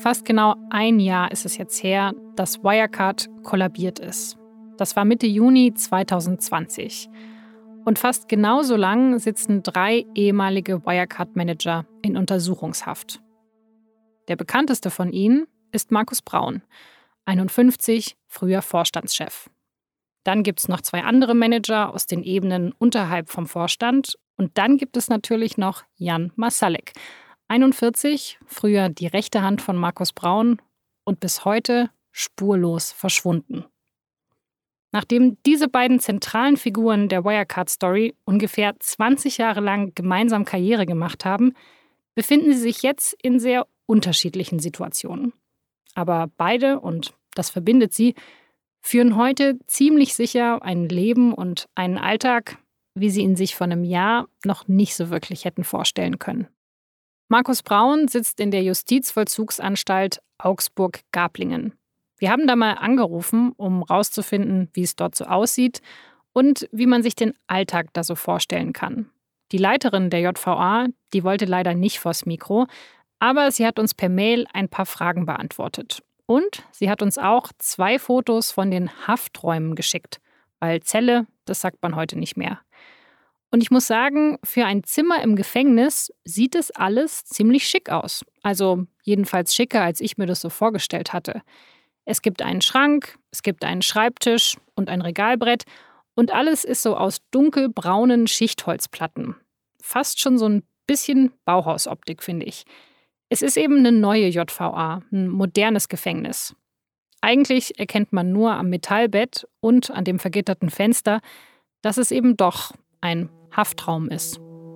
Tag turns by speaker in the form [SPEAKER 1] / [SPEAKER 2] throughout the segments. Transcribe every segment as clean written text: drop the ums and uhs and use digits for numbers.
[SPEAKER 1] Fast genau ein Jahr ist es jetzt her, dass Wirecard kollabiert ist. Das war Mitte Juni 2020. Und fast genauso lang sitzen 3 ehemalige Wirecard-Manager in Untersuchungshaft. Der bekannteste von ihnen ist Markus Braun, 51, früher Vorstandschef. Dann gibt es noch 2 andere Manager aus den Ebenen unterhalb vom Vorstand. Und dann gibt es natürlich noch Jan Marsalek, 41, früher die rechte Hand von Markus Braun und bis heute spurlos verschwunden. Nachdem diese beiden zentralen Figuren der Wirecard-Story ungefähr 20 Jahre lang gemeinsam Karriere gemacht haben, befinden sie sich jetzt in sehr unterschiedlichen Situationen. Aber beide, und das verbindet sie, führen heute ziemlich sicher ein Leben und einen Alltag, wie sie ihn sich vor einem Jahr noch nicht so wirklich hätten vorstellen können. Markus Braun sitzt in der Justizvollzugsanstalt Augsburg-Gablingen. Wir haben da mal angerufen, um rauszufinden, wie es dort so aussieht und wie man sich den Alltag da so vorstellen kann. Die Leiterin der JVA, die wollte leider nicht vors Mikro, aber sie hat uns per Mail ein paar Fragen beantwortet. Und sie hat uns auch 2 Fotos von den Hafträumen geschickt, weil Zelle, das sagt man heute nicht mehr. Und ich muss sagen, für ein Zimmer im Gefängnis sieht es alles ziemlich schick aus. Also jedenfalls schicker, als ich mir das so vorgestellt hatte. Es gibt einen Schrank, es gibt einen Schreibtisch und ein Regalbrett und alles ist so aus dunkelbraunen Schichtholzplatten. Fast schon so ein bisschen Bauhausoptik, finde ich. Es ist eben eine neue JVA, ein modernes Gefängnis. Eigentlich erkennt man nur am Metallbett und an dem vergitterten Fenster, dass es eben doch ein Haftraum ist.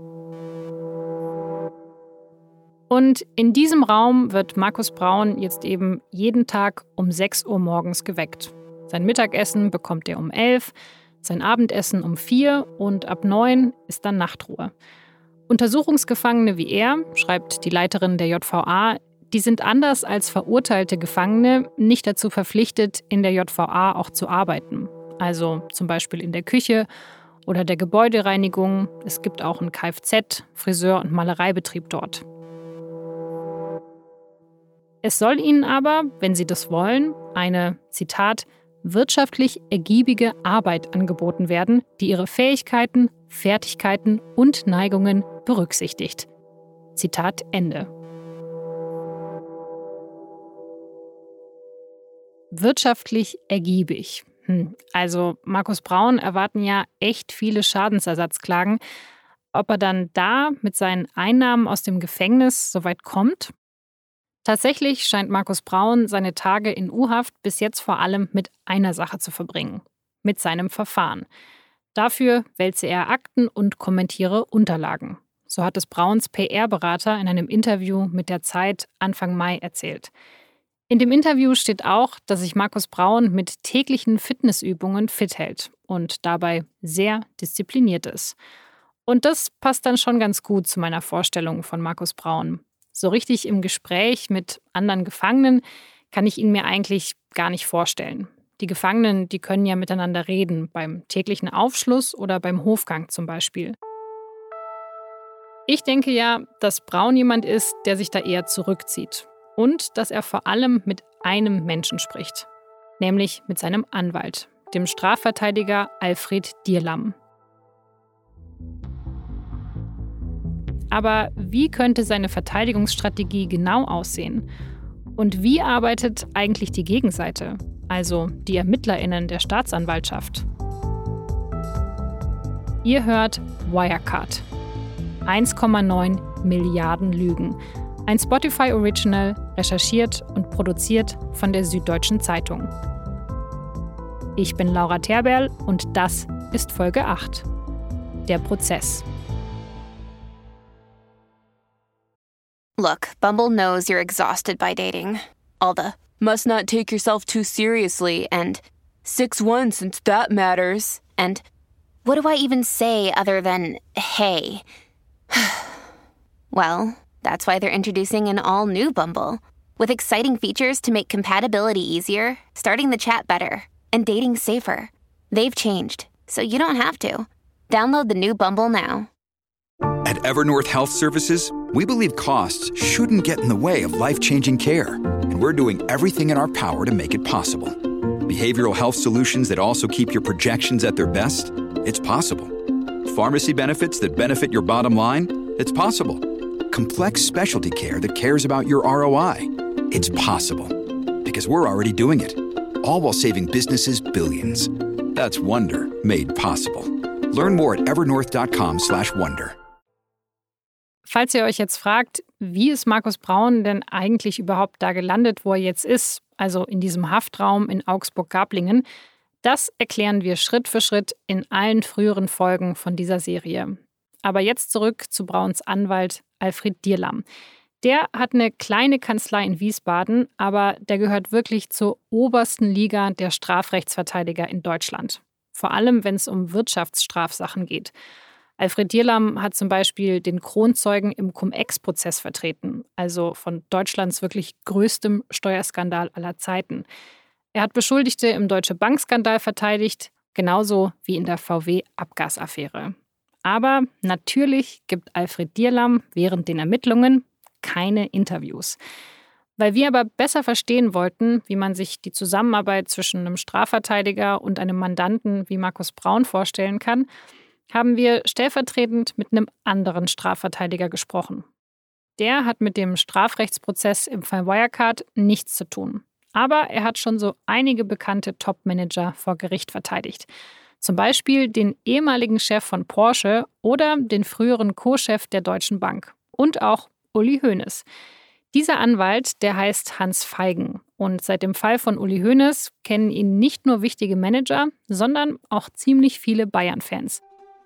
[SPEAKER 1] Und in diesem Raum wird Markus Braun jetzt eben jeden Tag um 6 Uhr morgens geweckt. Sein Mittagessen bekommt er um 11, sein Abendessen um 4 und ab 9 ist dann Nachtruhe. Untersuchungsgefangene wie er, schreibt die Leiterin der JVA, die sind anders als verurteilte Gefangene nicht dazu verpflichtet, in der JVA auch zu arbeiten. Also zum Beispiel in der Küche oder der Gebäudereinigung. Es gibt auch einen Kfz-, Friseur- und Malereibetrieb dort. Es soll ihnen aber, wenn sie das wollen, eine, Zitat, wirtschaftlich ergiebige Arbeit angeboten werden, die ihre Fähigkeiten, Fertigkeiten und Neigungen berücksichtigt. Zitat Ende. Wirtschaftlich ergiebig. Also Markus Braun erwarten ja echt viele Schadensersatzklagen. Ob er dann da mit seinen Einnahmen aus dem Gefängnis so weit kommt? Tatsächlich scheint Markus Braun seine Tage in U-Haft bis jetzt vor allem mit einer Sache zu verbringen: mit seinem Verfahren. Dafür wälze er Akten und kommentiere Unterlagen. So hat es Brauns PR-Berater in einem Interview mit der Zeit Anfang Mai erzählt. In dem Interview steht auch, dass sich Markus Braun mit täglichen Fitnessübungen fit hält und dabei sehr diszipliniert ist. Und das passt dann schon ganz gut zu meiner Vorstellung von Markus Braun. So richtig im Gespräch mit anderen Gefangenen kann ich ihn mir eigentlich gar nicht vorstellen. Die Gefangenen, die können ja miteinander reden, beim täglichen Aufschluss oder beim Hofgang zum Beispiel. Ich denke ja, dass Braun jemand ist, der sich da eher zurückzieht. Und dass er vor allem mit einem Menschen spricht, nämlich mit seinem Anwalt, dem Strafverteidiger Alfred Dierlam. Aber wie könnte seine Verteidigungsstrategie genau aussehen? Und wie arbeitet eigentlich die Gegenseite, also die ErmittlerInnen der Staatsanwaltschaft? Ihr hört Wirecard. 1,9 Milliarden Lügen. Ein Spotify-Original, recherchiert und produziert von der Süddeutschen Zeitung. Ich bin Laura Terberl und das ist Folge 8. Der Prozess.
[SPEAKER 2] Look, Bumble knows you're exhausted by dating. All the must not take yourself too seriously and 6'1" since that matters. And what do I even say other than hey? Well, that's why they're introducing an all-new Bumble, with exciting features to make compatibility easier, starting the chat better, and dating safer. They've changed, so you don't have to. Download the new Bumble now.
[SPEAKER 3] At Evernorth Health Services, we believe costs shouldn't get in the way of life-changing care, And we're doing everything in our power to make it possible. Behavioral health solutions that also keep your projections at their best? It's possible. Pharmacy benefits that benefit your bottom line? It's possible. Complex specialty care that cares about your ROI? It's possible. Because we're already doing it. All while saving businesses billions. That's Wonder made possible. Learn more at evernorth.com/wonder.
[SPEAKER 1] Falls ihr euch jetzt fragt, wie ist Markus Braun denn eigentlich überhaupt da gelandet, wo er jetzt ist, also in diesem Haftraum in Augsburg-Gablingen, das erklären wir Schritt für Schritt in allen früheren Folgen von dieser Serie. Aber jetzt zurück zu Brauns Anwalt Alfred Dierlam. Der hat eine kleine Kanzlei in Wiesbaden, aber der gehört wirklich zur obersten Liga der Strafrechtsverteidiger in Deutschland. Vor allem, wenn es um Wirtschaftsstrafsachen geht. Alfred Dierlam hat zum Beispiel den Kronzeugen im Cum-Ex-Prozess vertreten, also von Deutschlands wirklich größtem Steuerskandal aller Zeiten. Er hat Beschuldigte im Deutsche Bank-Skandal verteidigt, genauso wie in der VW-Abgasaffäre. Aber natürlich gibt Alfred Dierlam während den Ermittlungen keine Interviews. Weil wir aber besser verstehen wollten, wie man sich die Zusammenarbeit zwischen einem Strafverteidiger und einem Mandanten wie Markus Braun vorstellen kann, haben wir stellvertretend mit einem anderen Strafverteidiger gesprochen. Der hat mit dem Strafrechtsprozess im Fall Wirecard nichts zu tun. Aber er hat schon so einige bekannte Top-Manager vor Gericht verteidigt. Zum Beispiel den ehemaligen Chef von Porsche oder den früheren Co-Chef der Deutschen Bank. Und auch Uli Hoeneß. Dieser Anwalt, der heißt Hans Feigen. Und seit dem Fall von Uli Hoeneß kennen ihn nicht nur wichtige Manager, sondern auch ziemlich viele Bayern-Fans.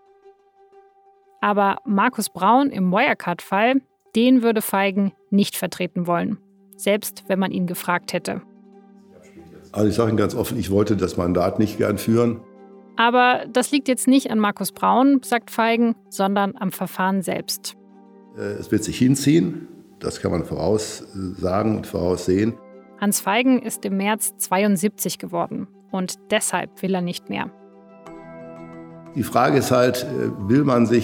[SPEAKER 1] Aber Markus Braun im Wirecard-Fall, den würde Feigen nicht vertreten wollen. Selbst wenn man ihn gefragt hätte.
[SPEAKER 4] Also ich sage Ihnen ganz offen, ich wollte das Mandat nicht gern führen.
[SPEAKER 1] Aber das liegt jetzt nicht an Markus Braun, sagt Feigen, sondern am Verfahren selbst.
[SPEAKER 4] Es wird sich hinziehen, das kann man voraussagen und voraussehen.
[SPEAKER 1] Hans Feigen ist im März 72 geworden und deshalb will er nicht mehr.
[SPEAKER 4] Die Frage ist halt, will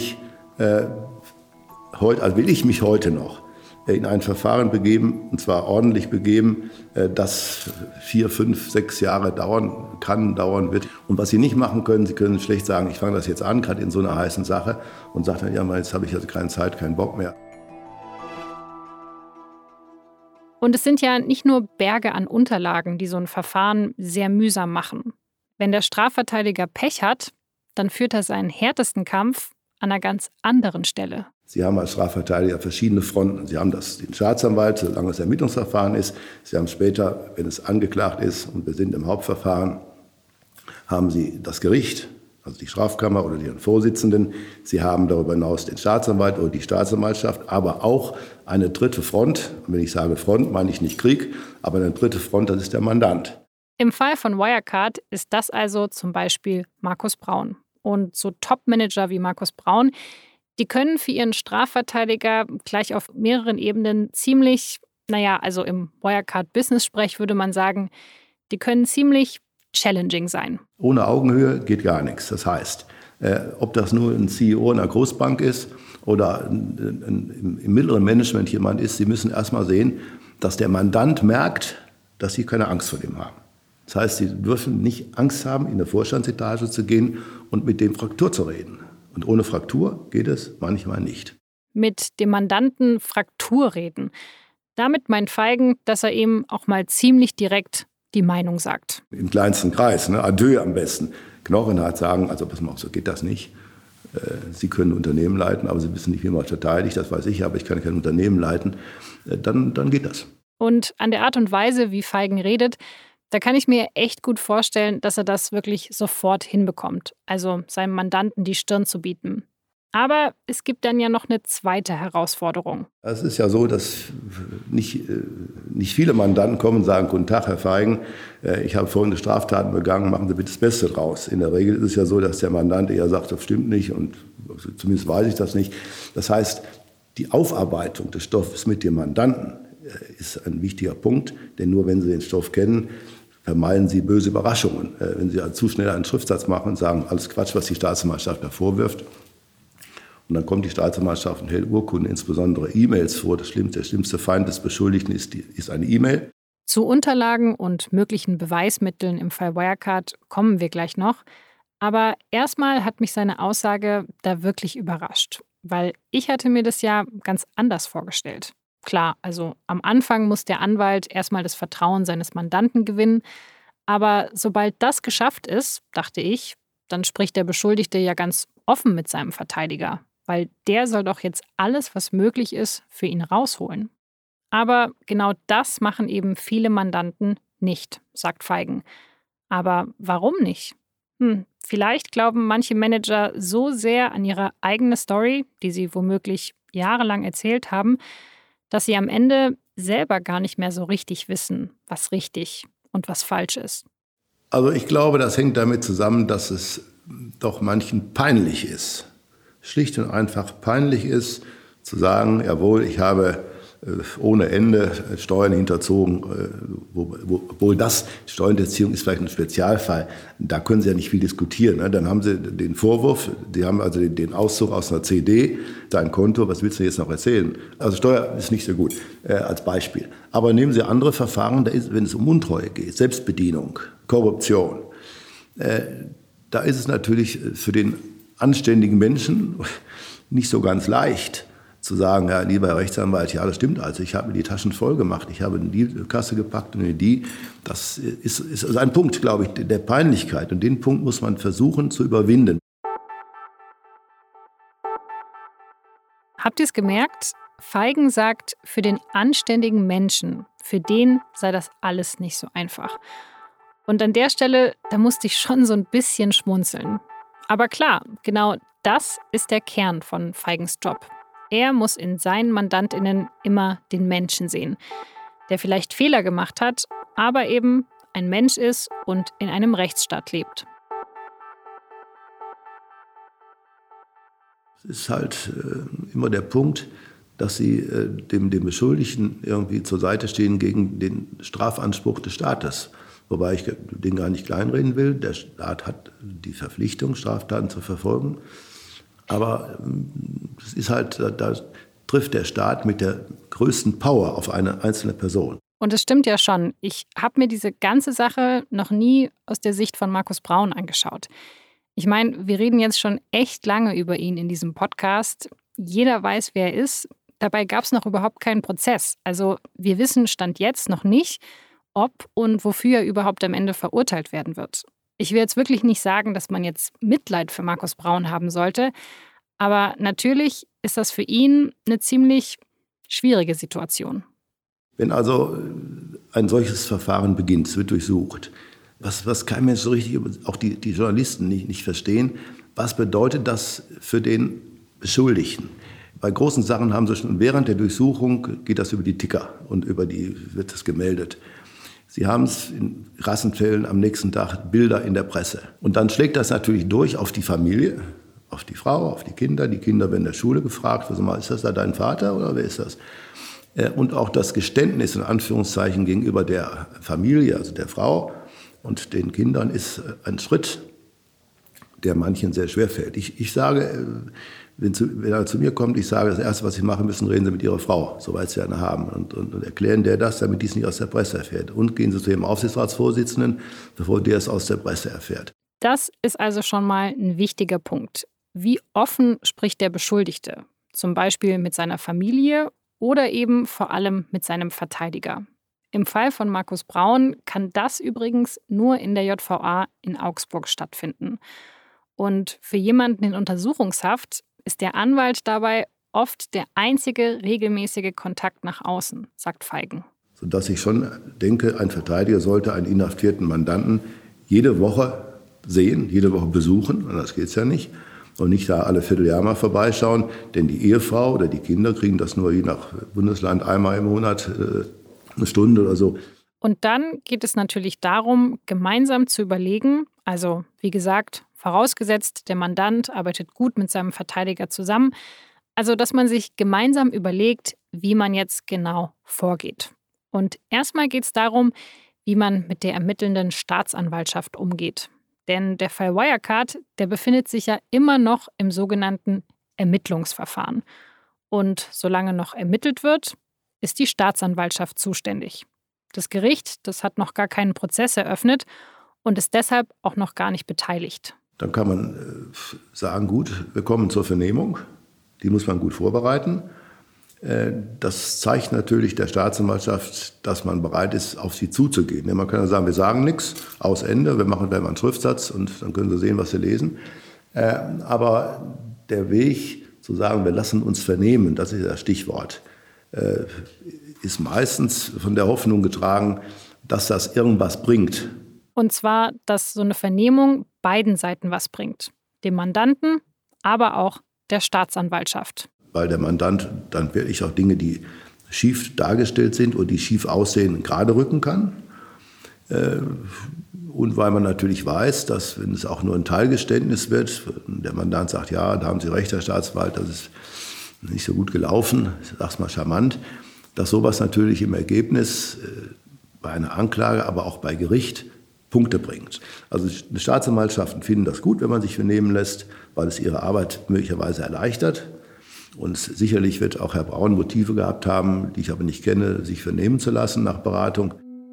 [SPEAKER 4] ich mich heute noch in ein Verfahren begeben, und zwar ordentlich begeben, das 4, 5, 6 Jahre dauern wird. Und was Sie nicht machen können, Sie können schlecht sagen, ich fange das jetzt an, gerade in so einer heißen Sache, und sagen dann, ja, jetzt habe ich also keine Zeit, keinen Bock mehr.
[SPEAKER 1] Und es sind ja nicht nur Berge an Unterlagen, die so ein Verfahren sehr mühsam machen. Wenn der Strafverteidiger Pech hat, dann führt er seinen härtesten Kampf an einer ganz anderen Stelle.
[SPEAKER 4] Sie haben als Strafverteidiger verschiedene Fronten. Sie haben den Staatsanwalt, solange es Ermittlungsverfahren ist. Sie haben später, wenn es angeklagt ist und wir sind im Hauptverfahren, haben Sie das Gericht, also die Strafkammer oder ihren Vorsitzenden. Sie haben darüber hinaus den Staatsanwalt oder die Staatsanwaltschaft, aber auch eine dritte Front. Und wenn ich sage Front, meine ich nicht Krieg, aber eine dritte Front, das ist der Mandant.
[SPEAKER 1] Im Fall von Wirecard ist das also zum Beispiel Markus Braun. Und so Top-Manager wie Markus Braun, die können für ihren Strafverteidiger gleich auf mehreren Ebenen ziemlich, also im Wirecard-Business-Sprech würde man sagen, die können ziemlich challenging sein.
[SPEAKER 4] Ohne Augenhöhe geht gar nichts. Das heißt, ob das nur ein CEO einer Großbank ist oder im mittleren Management jemand ist, Sie müssen erst mal sehen, dass der Mandant merkt, dass Sie keine Angst vor dem haben. Das heißt, Sie dürfen nicht Angst haben, in eine Vorstandsetage zu gehen und mit dem Fraktur zu reden. Und ohne Fraktur geht es manchmal nicht.
[SPEAKER 1] Mit dem Mandanten Fraktur reden. Damit meint Feigen, dass er ihm auch mal ziemlich direkt die Meinung sagt.
[SPEAKER 4] Im kleinsten Kreis, Adieu am besten. Knochenhart sagen, also pass mal auf, so geht das nicht. Sie können ein Unternehmen leiten, aber Sie wissen nicht, wie man verteidigt, das weiß ich, aber ich kann kein Unternehmen leiten. Dann geht das.
[SPEAKER 1] Und an der Art und Weise, wie Feigen redet, da kann ich mir echt gut vorstellen, dass er das wirklich sofort hinbekommt. Also seinem Mandanten die Stirn zu bieten. Aber es gibt dann ja noch eine zweite Herausforderung.
[SPEAKER 4] Es ist ja so, dass nicht viele Mandanten kommen und sagen, guten Tag, Herr Feigen, ich habe folgende Straftaten begangen, machen Sie bitte das Beste draus. In der Regel ist es ja so, dass der Mandant eher sagt, das stimmt nicht und zumindest weiß ich das nicht. Das heißt, die Aufarbeitung des Stoffes mit dem Mandanten ist ein wichtiger Punkt, denn nur wenn Sie den Stoff kennen, vermeiden Sie böse Überraschungen. Wenn Sie zu schnell einen Schriftsatz machen und sagen, alles Quatsch, was die Staatsanwaltschaft da vorwirft, und dann kommt die Staatsanwaltschaft und hält Urkunden, insbesondere E-Mails vor. Der schlimmste Feind des Beschuldigten ist eine E-Mail.
[SPEAKER 1] Zu Unterlagen und möglichen Beweismitteln im Fall Wirecard kommen wir gleich noch. Aber erstmal hat mich seine Aussage da wirklich überrascht, weil ich hatte mir das ja ganz anders vorgestellt. Klar, also am Anfang muss der Anwalt erstmal das Vertrauen seines Mandanten gewinnen, aber sobald das geschafft ist, dachte ich, dann spricht der Beschuldigte ja ganz offen mit seinem Verteidiger, weil der soll doch jetzt alles, was möglich ist, für ihn rausholen. Aber genau das machen eben viele Mandanten nicht, sagt Feigen. Aber warum nicht? Vielleicht glauben manche Manager so sehr an ihre eigene Story, die sie womöglich jahrelang erzählt haben, dass sie am Ende selber gar nicht mehr so richtig wissen, was richtig und was falsch ist.
[SPEAKER 4] Also ich glaube, das hängt damit zusammen, dass es doch manchen peinlich ist. Schlicht und einfach peinlich ist, zu sagen, jawohl, ich habe ohne Ende Steuern hinterzogen, obwohl das, Steuerhinterziehung ist vielleicht ein Spezialfall, da können Sie ja nicht viel diskutieren. Ne? Dann haben Sie den Vorwurf, die haben also den Auszug aus einer CD, dein Konto, was willst du jetzt noch erzählen? Also Steuer ist nicht so gut, als Beispiel. Aber nehmen Sie andere Verfahren, wenn es um Untreue geht, Selbstbedienung, Korruption, da ist es natürlich für den anständigen Menschen nicht so ganz leicht, zu sagen, ja, lieber Herr Rechtsanwalt, ja, das stimmt, also ich habe mir die Taschen voll gemacht, ich habe in die Kasse gepackt und in die. Das ist ein Punkt, glaube ich, der Peinlichkeit. Und den Punkt muss man versuchen zu überwinden.
[SPEAKER 1] Habt ihr es gemerkt? Feigen sagt, für den anständigen Menschen, für den sei das alles nicht so einfach. Und an der Stelle, da musste ich schon so ein bisschen schmunzeln. Aber klar, genau das ist der Kern von Feigens Job. Er muss in seinen MandantInnen immer den Menschen sehen, der vielleicht Fehler gemacht hat, aber eben ein Mensch ist und in einem Rechtsstaat lebt.
[SPEAKER 4] Es ist halt immer der Punkt, dass sie dem Beschuldigten irgendwie zur Seite stehen gegen den Strafanspruch des Staates. Wobei ich den gar nicht kleinreden will. Der Staat hat die Verpflichtung, Straftaten zu verfolgen. Aber es ist halt, da trifft der Staat mit der größten Power auf eine einzelne Person.
[SPEAKER 1] Und es stimmt ja schon. Ich habe mir diese ganze Sache noch nie aus der Sicht von Markus Braun angeschaut. Ich meine, wir reden jetzt schon echt lange über ihn in diesem Podcast. Jeder weiß, wer er ist. Dabei gab es noch überhaupt keinen Prozess. Also wir wissen Stand jetzt noch nicht, ob und wofür er überhaupt am Ende verurteilt werden wird. Ich will jetzt wirklich nicht sagen, dass man jetzt Mitleid für Markus Braun haben sollte, aber natürlich ist das für ihn eine ziemlich schwierige Situation.
[SPEAKER 4] Wenn also ein solches Verfahren beginnt, es wird durchsucht, was kein Mensch so richtig, auch die Journalisten nicht verstehen, was bedeutet das für den Beschuldigten? Bei großen Sachen haben sie schon während der Durchsuchung, geht das über die Ticker und wird das gemeldet. Sie haben es in Rassenfällen am nächsten Tag Bilder in der Presse. Und dann schlägt das natürlich durch auf die Familie, auf die Frau, auf die Kinder. Die Kinder werden in der Schule gefragt, also mal, ist das da dein Vater oder wer ist das? Und auch das Geständnis in Anführungszeichen gegenüber der Familie, also der Frau und den Kindern, ist ein Schritt, der manchen sehr schwer fällt. Ich sage, wenn er zu mir kommt, ich sage, das Erste, was Sie machen müssen, reden Sie mit Ihrer Frau, soweit Sie eine haben, und erklären der das, damit dies nicht aus der Presse erfährt. Und gehen Sie zu Ihrem Aufsichtsratsvorsitzenden, bevor der es aus der Presse erfährt.
[SPEAKER 1] Das ist also schon mal ein wichtiger Punkt. Wie offen spricht der Beschuldigte? Zum Beispiel mit seiner Familie oder eben vor allem mit seinem Verteidiger. Im Fall von Markus Braun kann das übrigens nur in der JVA in Augsburg stattfinden. Und für jemanden in Untersuchungshaft ist der Anwalt dabei oft der einzige regelmäßige Kontakt nach außen, sagt Feigen.
[SPEAKER 4] Sodass ich schon denke, ein Verteidiger sollte einen inhaftierten Mandanten jede Woche sehen, jede Woche besuchen, anders geht es ja nicht. Und nicht da alle Vierteljahr mal vorbeischauen, denn die Ehefrau oder die Kinder kriegen das nur je nach Bundesland einmal im Monat eine Stunde oder so.
[SPEAKER 1] Und dann geht es natürlich darum, gemeinsam zu überlegen, also wie gesagt, vorausgesetzt, der Mandant arbeitet gut mit seinem Verteidiger zusammen, also dass man sich gemeinsam überlegt, wie man jetzt genau vorgeht. Und erstmal geht es darum, wie man mit der ermittelnden Staatsanwaltschaft umgeht. Denn der Fall Wirecard, der befindet sich ja immer noch im sogenannten Ermittlungsverfahren. Und solange noch ermittelt wird, ist die Staatsanwaltschaft zuständig. Das Gericht, das hat noch gar keinen Prozess eröffnet und ist deshalb auch noch gar nicht beteiligt.
[SPEAKER 4] Dann kann man sagen, gut, wir kommen zur Vernehmung. Die muss man gut vorbereiten. Das zeigt natürlich der Staatsanwaltschaft, dass man bereit ist, auf sie zuzugehen. Man kann ja sagen, wir sagen nichts, aus Ende, wir machen einen Schriftsatz und dann können Sie sehen, was Sie lesen. Aber der Weg zu sagen, wir lassen uns vernehmen, das ist das Stichwort, ist meistens von der Hoffnung getragen, dass das irgendwas bringt.
[SPEAKER 1] Und zwar, dass so eine Vernehmung beiden Seiten was bringt. Dem Mandanten, aber auch der Staatsanwaltschaft.
[SPEAKER 4] Weil der Mandant dann wirklich auch Dinge, die schief dargestellt sind oder die schief aussehen, gerade rücken kann. Und weil man natürlich weiß, dass, wenn es auch nur ein Teilgeständnis wird, der Mandant sagt, ja, da haben Sie recht, Herr Staatsanwalt, das ist nicht so gut gelaufen, ich sag's mal charmant, dass sowas natürlich im Ergebnis bei einer Anklage, aber auch bei Gericht Punkte bringt. Also die Staatsanwaltschaften finden das gut, wenn man sich vernehmen lässt, weil es ihre Arbeit möglicherweise erleichtert. Und sicherlich wird auch Herr Braun Motive gehabt haben, die ich aber nicht kenne, sich vernehmen zu lassen nach Beratung.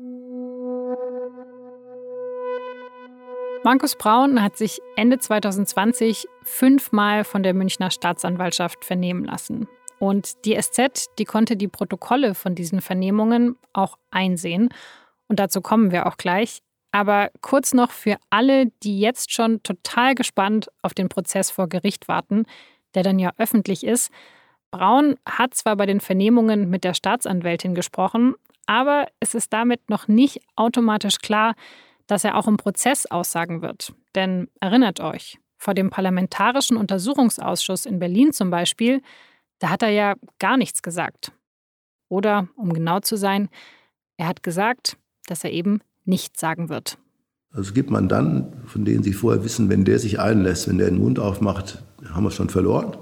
[SPEAKER 1] Markus Braun hat sich Ende 2020 5-mal von der Münchner Staatsanwaltschaft vernehmen lassen. Und die SZ, die konnte die Protokolle von diesen Vernehmungen auch einsehen. Und dazu kommen wir auch gleich. Aber kurz noch für alle, die jetzt schon total gespannt auf den Prozess vor Gericht warten, der dann ja öffentlich ist. Braun hat zwar bei den Vernehmungen mit der Staatsanwältin gesprochen, aber es ist damit noch nicht automatisch klar, dass er auch im Prozess aussagen wird. Denn erinnert euch, vor dem Parlamentarischen Untersuchungsausschuss in Berlin zum Beispiel, da hat er ja gar nichts gesagt. Oder, um genau zu sein, er hat gesagt, dass er eben nichts sagen wird.
[SPEAKER 4] Also es gibt Mandanten, von denen Sie vorher wissen, wenn der sich einlässt, wenn der den Mund aufmacht, haben wir schon verloren.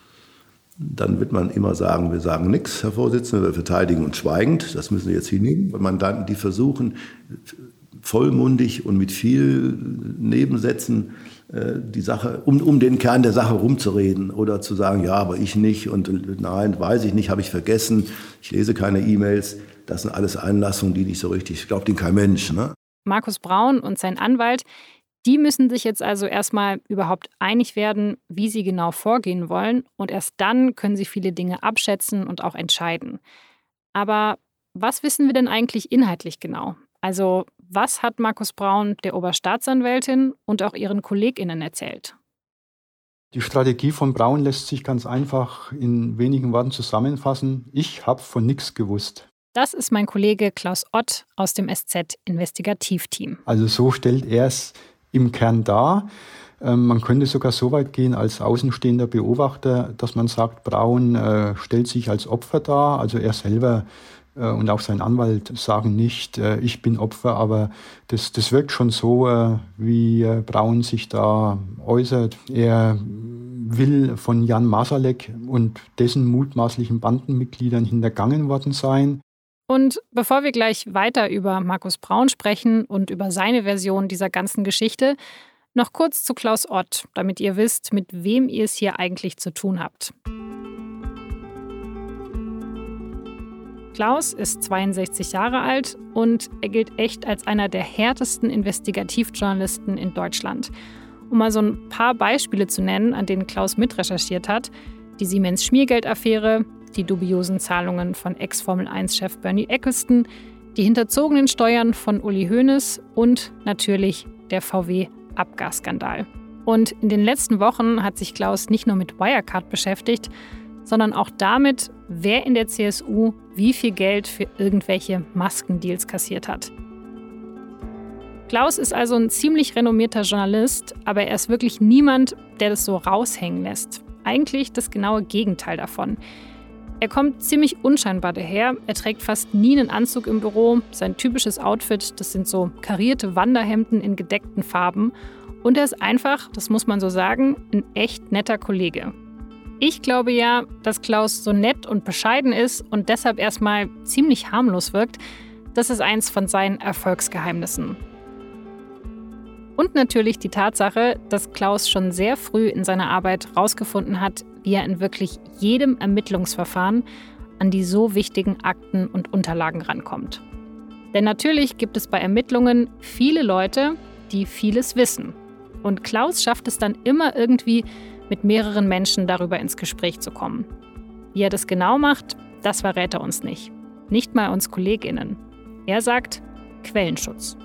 [SPEAKER 4] Dann wird man immer sagen, wir sagen nichts, Herr Vorsitzender, wir verteidigen uns schweigend. Das müssen wir jetzt hinnehmen. Mandanten, die versuchen, vollmundig und mit viel Nebensätzen die Sache, um den Kern der Sache rumzureden oder zu sagen, ja, aber ich nicht und nein, weiß ich nicht, habe ich vergessen, ich lese keine E-Mails. Das sind alles Einlassungen, die nicht so richtig, glaubt ihnen kein Mensch, ne?
[SPEAKER 1] Markus Braun und sein Anwalt, die müssen sich jetzt also erstmal überhaupt einig werden, wie sie genau vorgehen wollen. Und erst dann können sie viele Dinge abschätzen und auch entscheiden. Aber was wissen wir denn eigentlich inhaltlich genau? Also was hat Markus Braun der Oberstaatsanwältin und auch ihren KollegInnen erzählt?
[SPEAKER 5] Die Strategie von Braun lässt sich ganz einfach in wenigen Worten zusammenfassen. Ich habe von nichts gewusst.
[SPEAKER 1] Das ist mein Kollege Klaus Ott aus dem SZ-Investigativteam.
[SPEAKER 5] Also so stellt er es im Kern dar. Man könnte sogar so weit gehen als außenstehender Beobachter, dass man sagt, Braun stellt sich als Opfer dar. Also er selber und auch sein Anwalt sagen nicht, ich bin Opfer, aber das wirkt schon so, wie Braun sich da äußert. Er will von Jan Masalek und dessen mutmaßlichen Bandenmitgliedern hintergangen worden sein.
[SPEAKER 1] Und bevor wir gleich weiter über Markus Braun sprechen und über seine Version dieser ganzen Geschichte, noch kurz zu Klaus Ott, damit ihr wisst, mit wem ihr es hier eigentlich zu tun habt. Klaus ist 62 Jahre alt und er gilt echt als einer der härtesten Investigativjournalisten in Deutschland. Um mal so ein paar Beispiele zu nennen, an denen Klaus mitrecherchiert hat: die Siemens-Schmiergeld-Affäre, die dubiosen Zahlungen von Ex-Formel-1-Chef Bernie Ecclestone, die hinterzogenen Steuern von Uli Hoeneß und natürlich der VW-Abgasskandal. Und in den letzten Wochen hat sich Klaus nicht nur mit Wirecard beschäftigt, sondern auch damit, wer in der CSU wie viel Geld für irgendwelche Maskendeals kassiert hat. Klaus ist also ein ziemlich renommierter Journalist, aber er ist wirklich niemand, der das so raushängen lässt. Eigentlich das genaue Gegenteil davon. Er kommt ziemlich unscheinbar daher, er trägt fast nie einen Anzug im Büro. Sein typisches Outfit, das sind so karierte Wanderhemden in gedeckten Farben. Und er ist einfach, das muss man so sagen, ein echt netter Kollege. Ich glaube ja, dass Klaus so nett und bescheiden ist und deshalb erstmal ziemlich harmlos wirkt. Das ist eins von seinen Erfolgsgeheimnissen. Und natürlich die Tatsache, dass Klaus schon sehr früh in seiner Arbeit herausgefunden hat, wie er in wirklich jedem Ermittlungsverfahren an die so wichtigen Akten und Unterlagen rankommt. Denn natürlich gibt es bei Ermittlungen viele Leute, die vieles wissen. Und Klaus schafft es dann immer irgendwie, mit mehreren Menschen darüber ins Gespräch zu kommen. Wie er das genau macht, das verrät er uns nicht. Nicht mal uns KollegInnen. Er sagt Quellenschutz.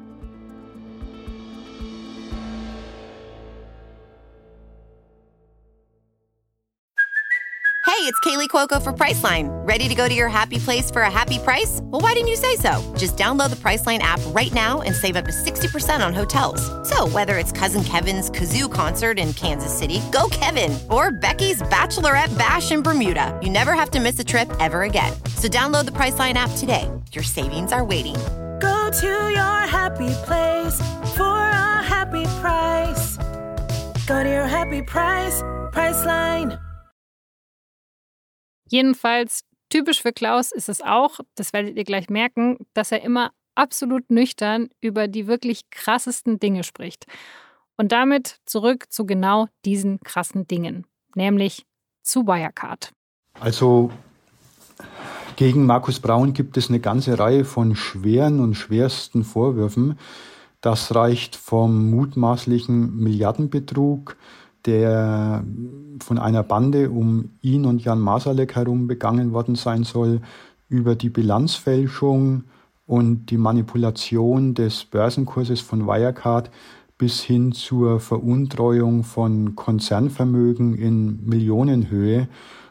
[SPEAKER 6] Hey, it's Kaylee Cuoco for Priceline. Ready to go to your happy place for a happy price? Well, why didn't you say so? Just download the Priceline app right now and save up to 60% on hotels. So whether it's Cousin Kevin's Kazoo Concert in Kansas City, go Kevin, or Becky's Bachelorette Bash in Bermuda, you never have to miss a trip ever again. So download the Priceline app today. Your savings are waiting.
[SPEAKER 7] Go to your happy place for a happy price. Go to your happy price, Priceline.
[SPEAKER 1] Jedenfalls, typisch für Klaus ist es auch, das werdet ihr gleich merken, dass er immer absolut nüchtern über die wirklich krassesten Dinge spricht. Und damit zurück zu genau diesen krassen Dingen, nämlich zu Wirecard.
[SPEAKER 5] Also gegen Markus Braun gibt es eine ganze Reihe von schweren und schwersten Vorwürfen. Das reicht vom mutmaßlichen Milliardenbetrug, der von einer Bande um ihn und Jan Marsalek herum begangen worden sein soll, über die Bilanzfälschung und die Manipulation des Börsenkurses von Wirecard bis hin zur Veruntreuung von Konzernvermögen in Millionenhöhe.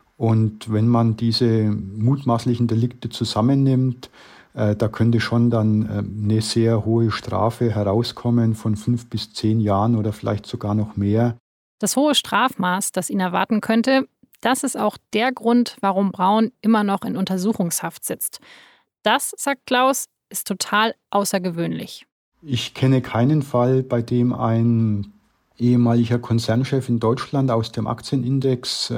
[SPEAKER 5] Und wenn man diese mutmaßlichen Delikte zusammennimmt, da könnte schon dann eine sehr hohe Strafe herauskommen von 5 bis 10 Jahren oder vielleicht sogar noch mehr.
[SPEAKER 1] Das hohe Strafmaß, das ihn erwarten könnte, das ist auch der Grund, warum Braun immer noch in Untersuchungshaft sitzt. Das, sagt Klaus, ist total außergewöhnlich.
[SPEAKER 5] Ich kenne keinen Fall, bei dem ein ehemaliger Konzernchef in Deutschland aus dem Aktienindex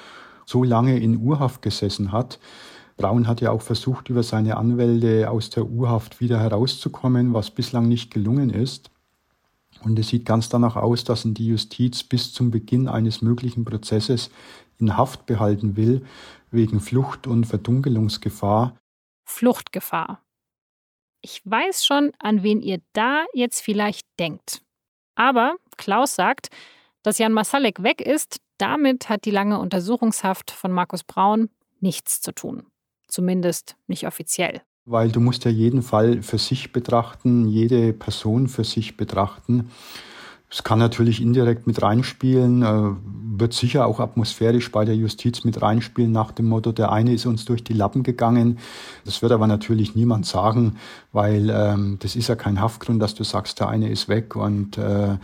[SPEAKER 5] so lange in U-Haft gesessen hat. Braun hat ja auch versucht, über seine Anwälte aus der U-Haft wieder herauszukommen, was bislang nicht gelungen ist. Und es sieht ganz danach aus, dass ihn die Justiz bis zum Beginn eines möglichen Prozesses in Haft behalten will, wegen Flucht- und Verdunkelungsgefahr.
[SPEAKER 1] Fluchtgefahr. Ich weiß schon, an wen ihr da jetzt vielleicht denkt. Aber Klaus sagt, dass Jan Marsalek weg ist, damit hat die lange Untersuchungshaft von Markus Braun nichts zu tun. Zumindest nicht offiziell.
[SPEAKER 5] Weil du musst ja jeden Fall für sich betrachten, jede Person für sich betrachten. Es kann natürlich indirekt mit reinspielen, wird sicher auch atmosphärisch bei der Justiz mit reinspielen nach dem Motto, der eine ist uns durch die Lappen gegangen. Das wird aber natürlich niemand sagen, weil das ist ja kein Haftgrund, dass du sagst, der eine ist weg und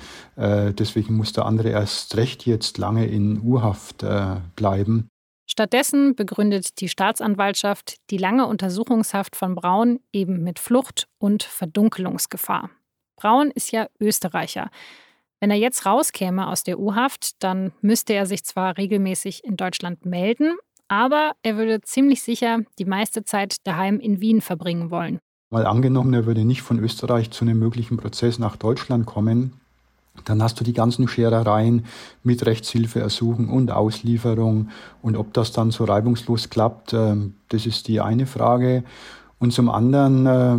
[SPEAKER 5] deswegen muss der andere erst recht jetzt lange in U-Haft bleiben.
[SPEAKER 1] Stattdessen begründet die Staatsanwaltschaft die lange Untersuchungshaft von Braun eben mit Flucht- und Verdunkelungsgefahr. Braun ist ja Österreicher. Wenn er jetzt rauskäme aus der U-Haft, dann müsste er sich zwar regelmäßig in Deutschland melden, aber er würde ziemlich sicher die meiste Zeit daheim in Wien verbringen wollen.
[SPEAKER 5] Mal angenommen, er würde nicht von Österreich zu einem möglichen Prozess nach Deutschland kommen, dann hast du die ganzen Scherereien mit Rechtshilfeersuchen und Auslieferung. Und ob das dann so reibungslos klappt, das ist die eine Frage. Und zum anderen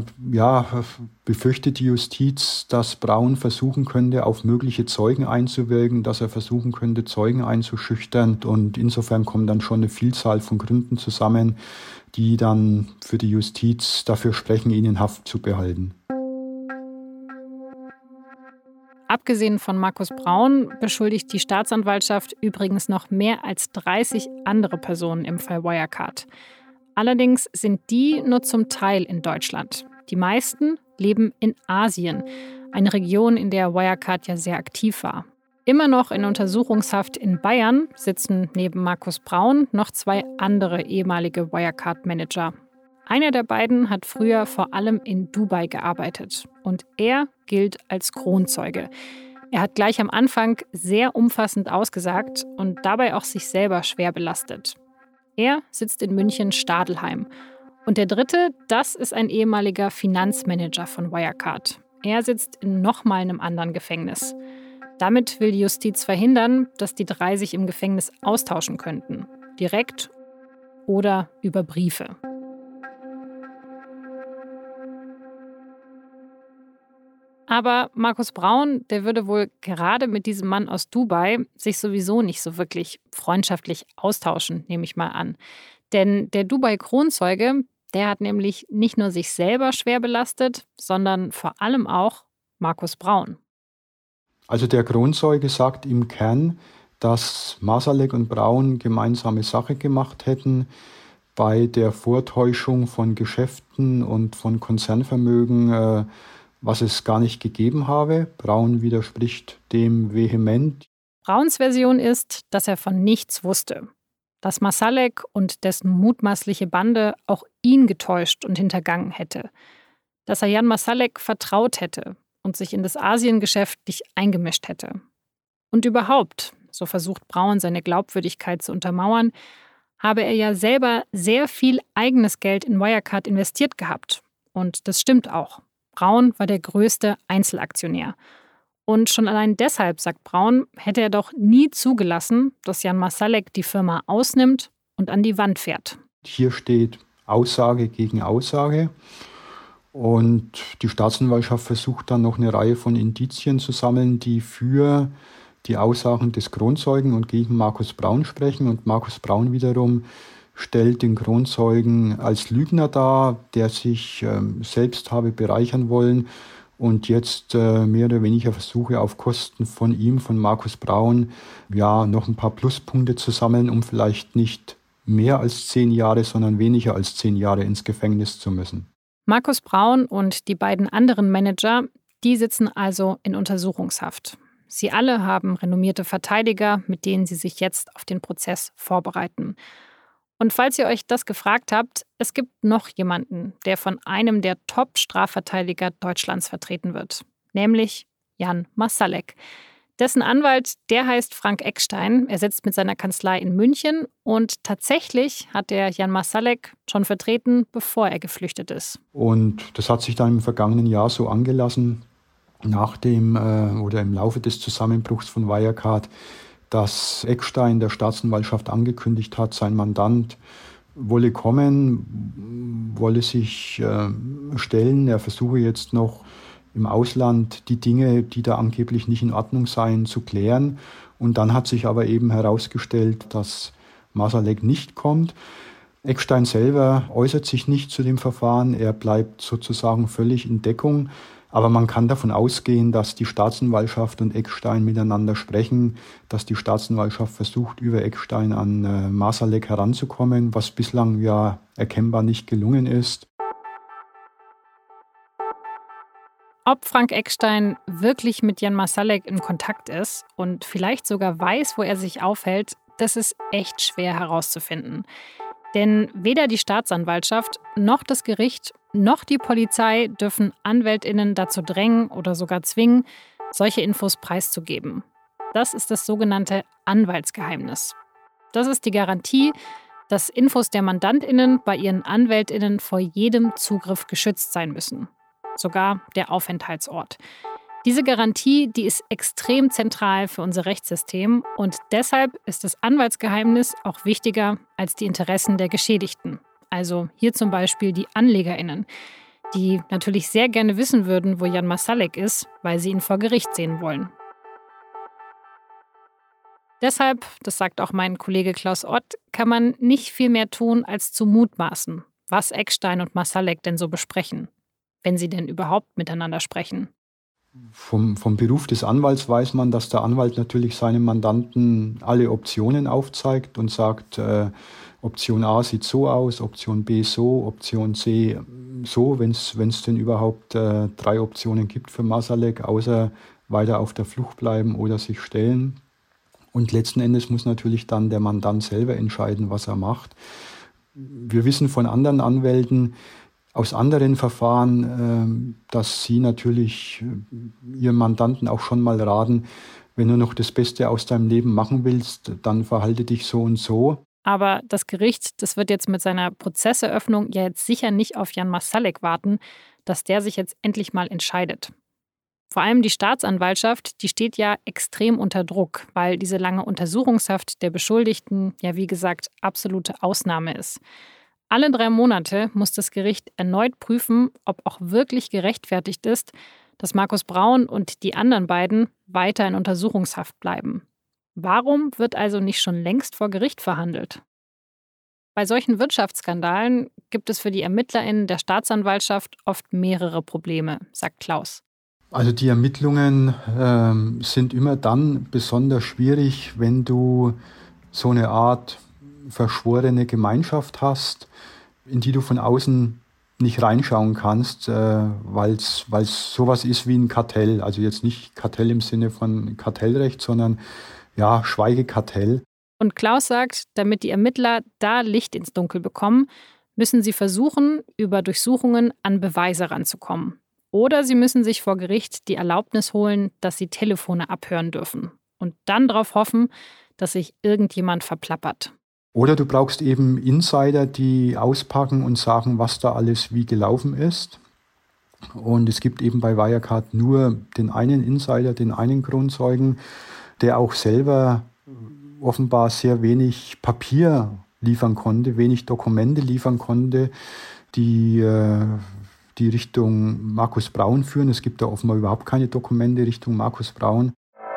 [SPEAKER 5] befürchtet die Justiz, dass Braun versuchen könnte, auf mögliche Zeugen einzuwirken, dass er versuchen könnte, Zeugen einzuschüchtern. Und insofern kommen dann schon eine Vielzahl von Gründen zusammen, die dann für die Justiz dafür sprechen, ihn in Haft zu behalten.
[SPEAKER 1] Abgesehen von Markus Braun beschuldigt die Staatsanwaltschaft übrigens noch mehr als 30 andere Personen im Fall Wirecard. Allerdings sind die nur zum Teil in Deutschland. Die meisten leben in Asien, eine Region, in der Wirecard ja sehr aktiv war. Immer noch in Untersuchungshaft in Bayern sitzen neben Markus Braun noch 2 andere ehemalige Wirecard-Manager. Einer der beiden hat früher vor allem in Dubai gearbeitet und er gilt als Kronzeuge. Er hat gleich am Anfang sehr umfassend ausgesagt und dabei auch sich selber schwer belastet. Er sitzt in München-Stadelheim. Und der dritte, das ist ein ehemaliger Finanzmanager von Wirecard. Er sitzt in nochmal einem anderen Gefängnis. Damit will die Justiz verhindern, dass die 3 sich im Gefängnis austauschen könnten. Direkt oder über Briefe. Aber Markus Braun, der würde wohl gerade mit diesem Mann aus Dubai sich sowieso nicht so wirklich freundschaftlich austauschen, nehme ich mal an. Denn der Dubai-Kronzeuge, der hat nämlich nicht nur sich selber schwer belastet, sondern vor allem auch Markus Braun.
[SPEAKER 5] Also der Kronzeuge sagt im Kern, dass Marsalek und Braun gemeinsame Sache gemacht hätten bei der Vortäuschung von Geschäften und von Konzernvermögen, was es gar nicht gegeben habe. Braun widerspricht dem vehement.
[SPEAKER 1] Brauns Version ist, dass er von nichts wusste. Dass Marsalek und dessen mutmaßliche Bande auch ihn getäuscht und hintergangen hätte. Dass er Jan Marsalek vertraut hätte und sich in das Asiengeschäft nicht eingemischt hätte. Und überhaupt, so versucht Braun seine Glaubwürdigkeit zu untermauern, habe er ja selber sehr viel eigenes Geld in Wirecard investiert gehabt. Und das stimmt auch. Braun war der größte Einzelaktionär. Und schon allein deshalb, sagt Braun, hätte er doch nie zugelassen, dass Jan Marsalek die Firma ausnimmt und an die Wand fährt.
[SPEAKER 5] Hier steht Aussage gegen Aussage. Und die Staatsanwaltschaft versucht dann noch eine Reihe von Indizien zu sammeln, die für die Aussagen des Kronzeugen und gegen Markus Braun sprechen. Und Markus Braun wiederum stellt den Kronzeugen als Lügner dar, der sich selbst habe bereichern wollen und jetzt mehr oder weniger versuche, auf Kosten von ihm, von Markus Braun, ja, noch ein paar Pluspunkte zu sammeln, um vielleicht nicht mehr als 10 Jahre, sondern weniger als 10 Jahre ins Gefängnis zu müssen.
[SPEAKER 1] Markus Braun und die beiden anderen Manager, die sitzen also in Untersuchungshaft. Sie alle haben renommierte Verteidiger, mit denen sie sich jetzt auf den Prozess vorbereiten. Und falls ihr euch das gefragt habt, es gibt noch jemanden, der von einem der Top-Strafverteidiger Deutschlands vertreten wird, nämlich Jan Marsalek. Dessen Anwalt, der heißt Frank Eckstein. Er sitzt mit seiner Kanzlei in München und tatsächlich hat er Jan Marsalek schon vertreten, bevor er geflüchtet ist.
[SPEAKER 5] Und das hat sich dann im vergangenen Jahr so angelassen, nach dem oder im Laufe des Zusammenbruchs von Wirecard, dass Eckstein der Staatsanwaltschaft angekündigt hat, sein Mandant wolle kommen, wolle sich stellen. Er versuche jetzt noch im Ausland die Dinge, die da angeblich nicht in Ordnung seien, zu klären. Und dann hat sich aber eben herausgestellt, dass Marsalek nicht kommt. Eckstein selber äußert sich nicht zu dem Verfahren. Er bleibt sozusagen völlig in Deckung. Aber man kann davon ausgehen, dass die Staatsanwaltschaft und Eckstein miteinander sprechen, dass die Staatsanwaltschaft versucht, über Eckstein an Marsalek heranzukommen, was bislang ja erkennbar nicht gelungen ist.
[SPEAKER 1] Ob Frank Eckstein wirklich mit Jan Marsalek in Kontakt ist und vielleicht sogar weiß, wo er sich aufhält, das ist echt schwer herauszufinden. Denn weder die Staatsanwaltschaft noch das Gericht noch die Polizei dürfen AnwältInnen dazu drängen oder sogar zwingen, solche Infos preiszugeben. Das ist das sogenannte Anwaltsgeheimnis. Das ist die Garantie, dass Infos der MandantInnen bei ihren AnwältInnen vor jedem Zugriff geschützt sein müssen. Sogar der Aufenthaltsort. Diese Garantie, die ist extrem zentral für unser Rechtssystem und deshalb ist das Anwaltsgeheimnis auch wichtiger als die Interessen der Geschädigten. Also hier zum Beispiel die AnlegerInnen, die natürlich sehr gerne wissen würden, wo Jan Marsalek ist, weil sie ihn vor Gericht sehen wollen. Deshalb, das sagt auch mein Kollege Klaus Ott, kann man nicht viel mehr tun, als zu mutmaßen, was Eckstein und Marsalek denn so besprechen, wenn sie denn überhaupt miteinander sprechen.
[SPEAKER 5] Vom Beruf des Anwalts weiß man, dass der Anwalt natürlich seinem Mandanten alle Optionen aufzeigt und sagt, Option A sieht so aus, Option B so, Option C so, wenn es denn überhaupt 3 Optionen gibt für Marsalek, außer weiter auf der Flucht bleiben oder sich stellen. Und letzten Endes muss natürlich dann der Mandant selber entscheiden, was er macht. Wir wissen von anderen Anwälten, aus anderen Verfahren, dass sie natürlich ihrem Mandanten auch schon mal raten, wenn du noch das Beste aus deinem Leben machen willst, dann verhalte dich so und so.
[SPEAKER 1] Aber das Gericht, das wird jetzt mit seiner Prozesseröffnung ja jetzt sicher nicht auf Jan Marsalek warten, dass der sich jetzt endlich mal entscheidet. Vor allem die Staatsanwaltschaft, die steht ja extrem unter Druck, weil diese lange Untersuchungshaft der Beschuldigten ja wie gesagt absolute Ausnahme ist. Alle 3 Monate muss das Gericht erneut prüfen, ob auch wirklich gerechtfertigt ist, dass Markus Braun und die anderen beiden weiter in Untersuchungshaft bleiben. Warum wird also nicht schon längst vor Gericht verhandelt? Bei solchen Wirtschaftsskandalen gibt es für die ErmittlerInnen der Staatsanwaltschaft oft mehrere Probleme, sagt Klaus.
[SPEAKER 5] Also die Ermittlungen sind immer dann besonders schwierig, wenn du so eine Art verschworene Gemeinschaft hast, in die du von außen nicht reinschauen kannst, weil es sowas ist wie ein Kartell. Also jetzt nicht Kartell im Sinne von Kartellrecht, sondern ja, Schweigekartell.
[SPEAKER 1] Und Klaus sagt, damit die Ermittler da Licht ins Dunkel bekommen, müssen sie versuchen, über Durchsuchungen an Beweise ranzukommen. Oder sie müssen sich vor Gericht die Erlaubnis holen, dass sie Telefone abhören dürfen. Und dann darauf hoffen, dass sich irgendjemand verplappert.
[SPEAKER 5] Oder du brauchst eben Insider, die auspacken und sagen, was da alles wie gelaufen ist. Und es gibt eben bei Wirecard nur den einen Insider, den einen Kronzeugen, der auch selber offenbar sehr wenig Papier liefern konnte, wenig Dokumente liefern konnte, die Richtung Markus Braun führen. Es gibt da offenbar überhaupt keine Dokumente Richtung Markus Braun.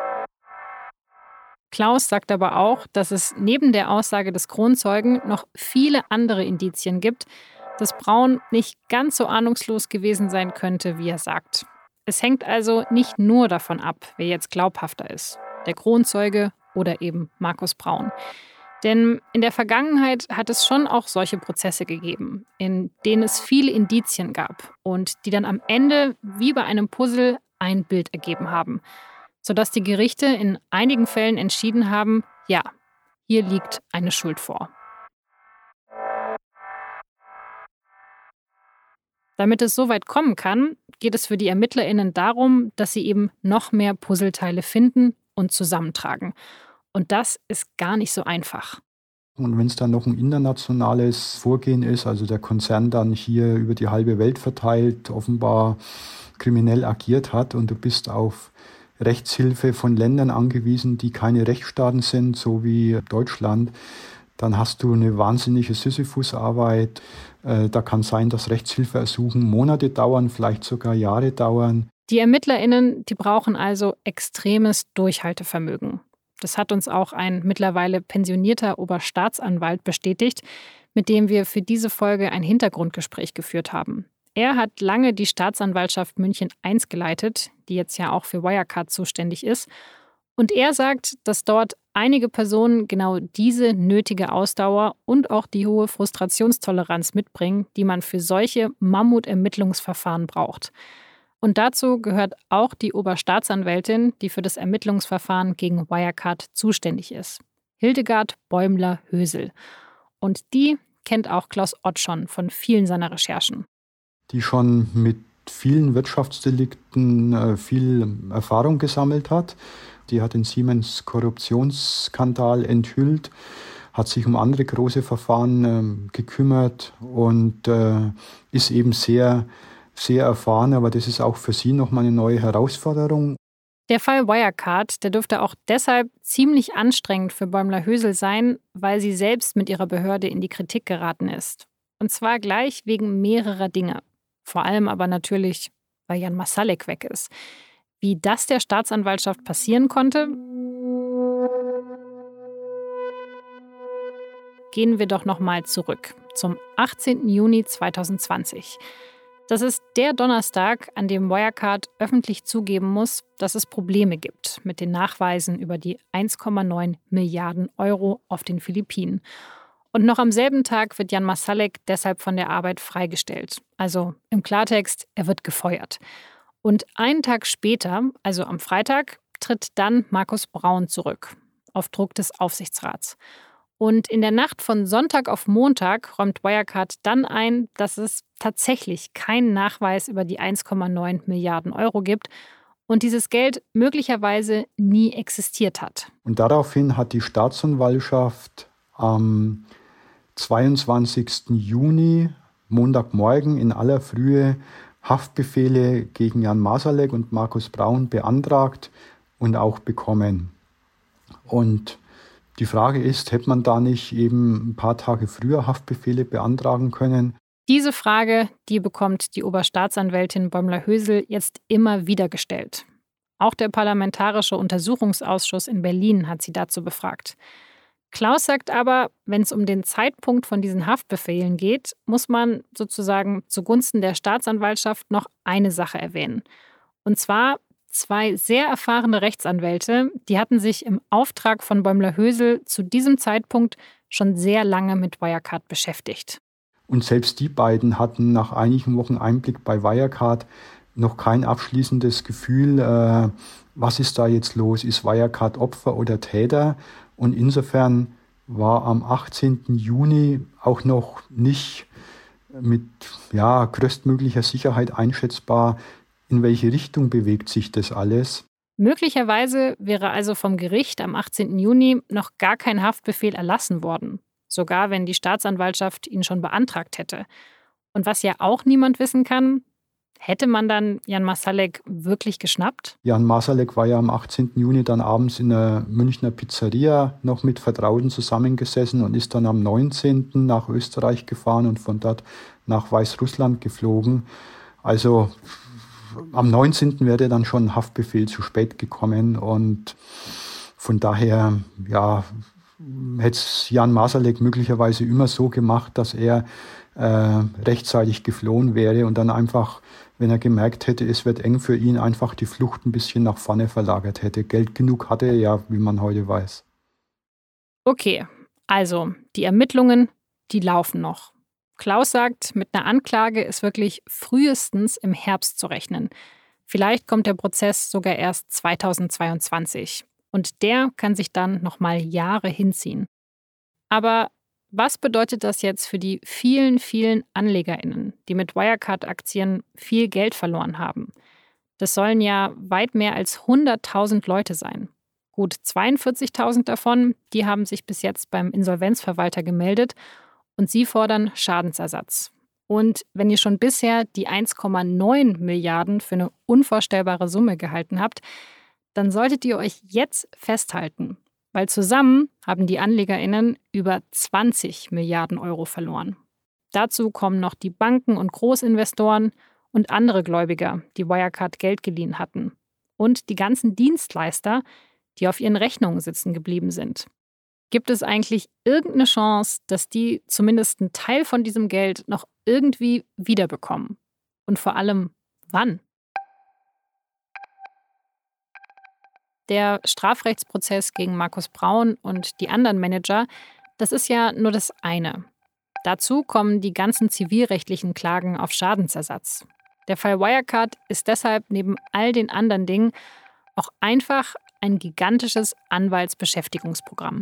[SPEAKER 1] Klaus sagt aber auch, dass es neben der Aussage des Kronzeugen noch viele andere Indizien gibt, dass Braun nicht ganz so ahnungslos gewesen sein könnte, wie er sagt. Es hängt also nicht nur davon ab, wer jetzt glaubhafter ist, der Kronzeuge oder eben Markus Braun. Denn in der Vergangenheit hat es schon auch solche Prozesse gegeben, in denen es viele Indizien gab und die dann am Ende wie bei einem Puzzle ein Bild ergeben haben, sodass die Gerichte in einigen Fällen entschieden haben, ja, hier liegt eine Schuld vor. Damit es so weit kommen kann, geht es für die ErmittlerInnen darum, dass sie eben noch mehr Puzzleteile finden und zusammentragen. Und das ist gar nicht so einfach.
[SPEAKER 5] Und wenn es dann noch ein internationales Vorgehen ist, also der Konzern dann hier über die halbe Welt verteilt, offenbar kriminell agiert hat und du bist auf Rechtshilfe von Ländern angewiesen, die keine Rechtsstaaten sind, so wie Deutschland, dann hast du eine wahnsinnige Sisyphusarbeit. Da kann sein, dass Rechtshilfeersuchen Monate dauern, vielleicht sogar Jahre dauern.
[SPEAKER 1] Die ErmittlerInnen, die brauchen also extremes Durchhaltevermögen. Das hat uns auch ein mittlerweile pensionierter Oberstaatsanwalt bestätigt, mit dem wir für diese Folge ein Hintergrundgespräch geführt haben. Er hat lange die Staatsanwaltschaft München I geleitet, die jetzt ja auch für Wirecard zuständig ist. Und er sagt, dass dort einige Personen genau diese nötige Ausdauer und auch die hohe Frustrationstoleranz mitbringen, die man für solche Mammutermittlungsverfahren braucht. Und dazu gehört auch die Oberstaatsanwältin, die für das Ermittlungsverfahren gegen Wirecard zuständig ist. Hildegard Bäumler-Hösel. Und die kennt auch Klaus Ott schon von vielen seiner Recherchen.
[SPEAKER 5] Die schon mit vielen Wirtschaftsdelikten viel Erfahrung gesammelt hat. Die hat den Siemens-Korruptionsskandal enthüllt, hat sich um andere große Verfahren gekümmert und ist eben sehr, sehr erfahren. Aber das ist auch für sie nochmal eine neue Herausforderung.
[SPEAKER 1] Der Fall Wirecard, der dürfte auch deshalb ziemlich anstrengend für Bäumler-Hösel sein, weil sie selbst mit ihrer Behörde in die Kritik geraten ist. Und zwar gleich wegen mehrerer Dinge. Vor allem aber natürlich, weil Jan Marsalek weg ist. Wie das der Staatsanwaltschaft passieren konnte? Gehen wir doch nochmal zurück zum 18. Juni 2020. Das ist der Donnerstag, an dem Wirecard öffentlich zugeben muss, dass es Probleme gibt mit den Nachweisen über die 1,9 Milliarden Euro auf den Philippinen. Und noch am selben Tag wird Jan Marsalek deshalb von der Arbeit freigestellt. Also im Klartext, er wird gefeuert. Und einen Tag später, also am Freitag, tritt dann Markus Braun zurück, auf Druck des Aufsichtsrats. Und in der Nacht von Sonntag auf Montag räumt Wirecard dann ein, dass es tatsächlich keinen Nachweis über die 1,9 Milliarden Euro gibt und dieses Geld möglicherweise nie existiert hat.
[SPEAKER 5] Und daraufhin hat die Staatsanwaltschaft am 22. Juni, Montagmorgen in aller Frühe, Haftbefehle gegen Jan Marsalek und Markus Braun beantragt und auch bekommen. Und die Frage ist, hätte man da nicht eben ein paar Tage früher Haftbefehle beantragen können?
[SPEAKER 1] Diese Frage, die bekommt die Oberstaatsanwältin Bäumler-Hösel jetzt immer wieder gestellt. Auch der Parlamentarische Untersuchungsausschuss in Berlin hat sie dazu befragt. Klaus sagt aber, wenn es um den Zeitpunkt von diesen Haftbefehlen geht, muss man sozusagen zugunsten der Staatsanwaltschaft noch eine Sache erwähnen. Und zwar 2 sehr erfahrene Rechtsanwälte, die hatten sich im Auftrag von Bäumler-Hösel zu diesem Zeitpunkt schon sehr lange mit Wirecard beschäftigt.
[SPEAKER 5] Und selbst die beiden hatten nach einigen Wochen Einblick bei Wirecard noch kein abschließendes Gefühl, was ist da jetzt los? Ist Wirecard Opfer oder Täter? Und insofern war am 18. Juni auch noch nicht mit größtmöglicher Sicherheit einschätzbar, in welche Richtung bewegt sich das alles.
[SPEAKER 1] Möglicherweise wäre also vom Gericht am 18. Juni noch gar kein Haftbefehl erlassen worden, sogar wenn die Staatsanwaltschaft ihn schon beantragt hätte. Und was ja auch niemand wissen kann, hätte man dann Jan Marsalek wirklich geschnappt?
[SPEAKER 5] Jan Marsalek war ja am 18. Juni dann abends in einer Münchner Pizzeria noch mit Vertrauten zusammengesessen und ist dann am 19. nach Österreich gefahren und von dort nach Weißrussland geflogen. Also am 19. wäre dann schon ein Haftbefehl zu spät gekommen und von daher hätte es Jan Marsalek möglicherweise immer so gemacht, dass er rechtzeitig geflohen wäre und dann einfach, wenn er gemerkt hätte, es wird eng für ihn, einfach die Flucht ein bisschen nach vorne verlagert hätte. Geld genug hatte er ja, wie man heute weiß.
[SPEAKER 1] Okay, also die Ermittlungen, die laufen noch. Klaus sagt, mit einer Anklage ist wirklich frühestens im Herbst zu rechnen. Vielleicht kommt der Prozess sogar erst 2022. Und der kann sich dann nochmal Jahre hinziehen. Aber was bedeutet das jetzt für die vielen, vielen AnlegerInnen, die mit Wirecard-Aktien viel Geld verloren haben? Das sollen ja weit mehr als 100.000 Leute sein. Gut 42.000 davon, die haben sich bis jetzt beim Insolvenzverwalter gemeldet und sie fordern Schadensersatz. Und wenn ihr schon bisher die 1,9 Milliarden für eine unvorstellbare Summe gehalten habt, dann solltet ihr euch jetzt festhalten. Weil zusammen haben die AnlegerInnen über 20 Milliarden Euro verloren. Dazu kommen noch die Banken und Großinvestoren und andere Gläubiger, die Wirecard Geld geliehen hatten. Und die ganzen Dienstleister, die auf ihren Rechnungen sitzen geblieben sind. Gibt es eigentlich irgendeine Chance, dass die zumindest einen Teil von diesem Geld noch irgendwie wiederbekommen? Und vor allem, wann? Der Strafrechtsprozess gegen Markus Braun und die anderen Manager, das ist ja nur das eine. Dazu kommen die ganzen zivilrechtlichen Klagen auf Schadensersatz. Der Fall Wirecard ist deshalb neben all den anderen Dingen auch einfach ein gigantisches Anwaltsbeschäftigungsprogramm.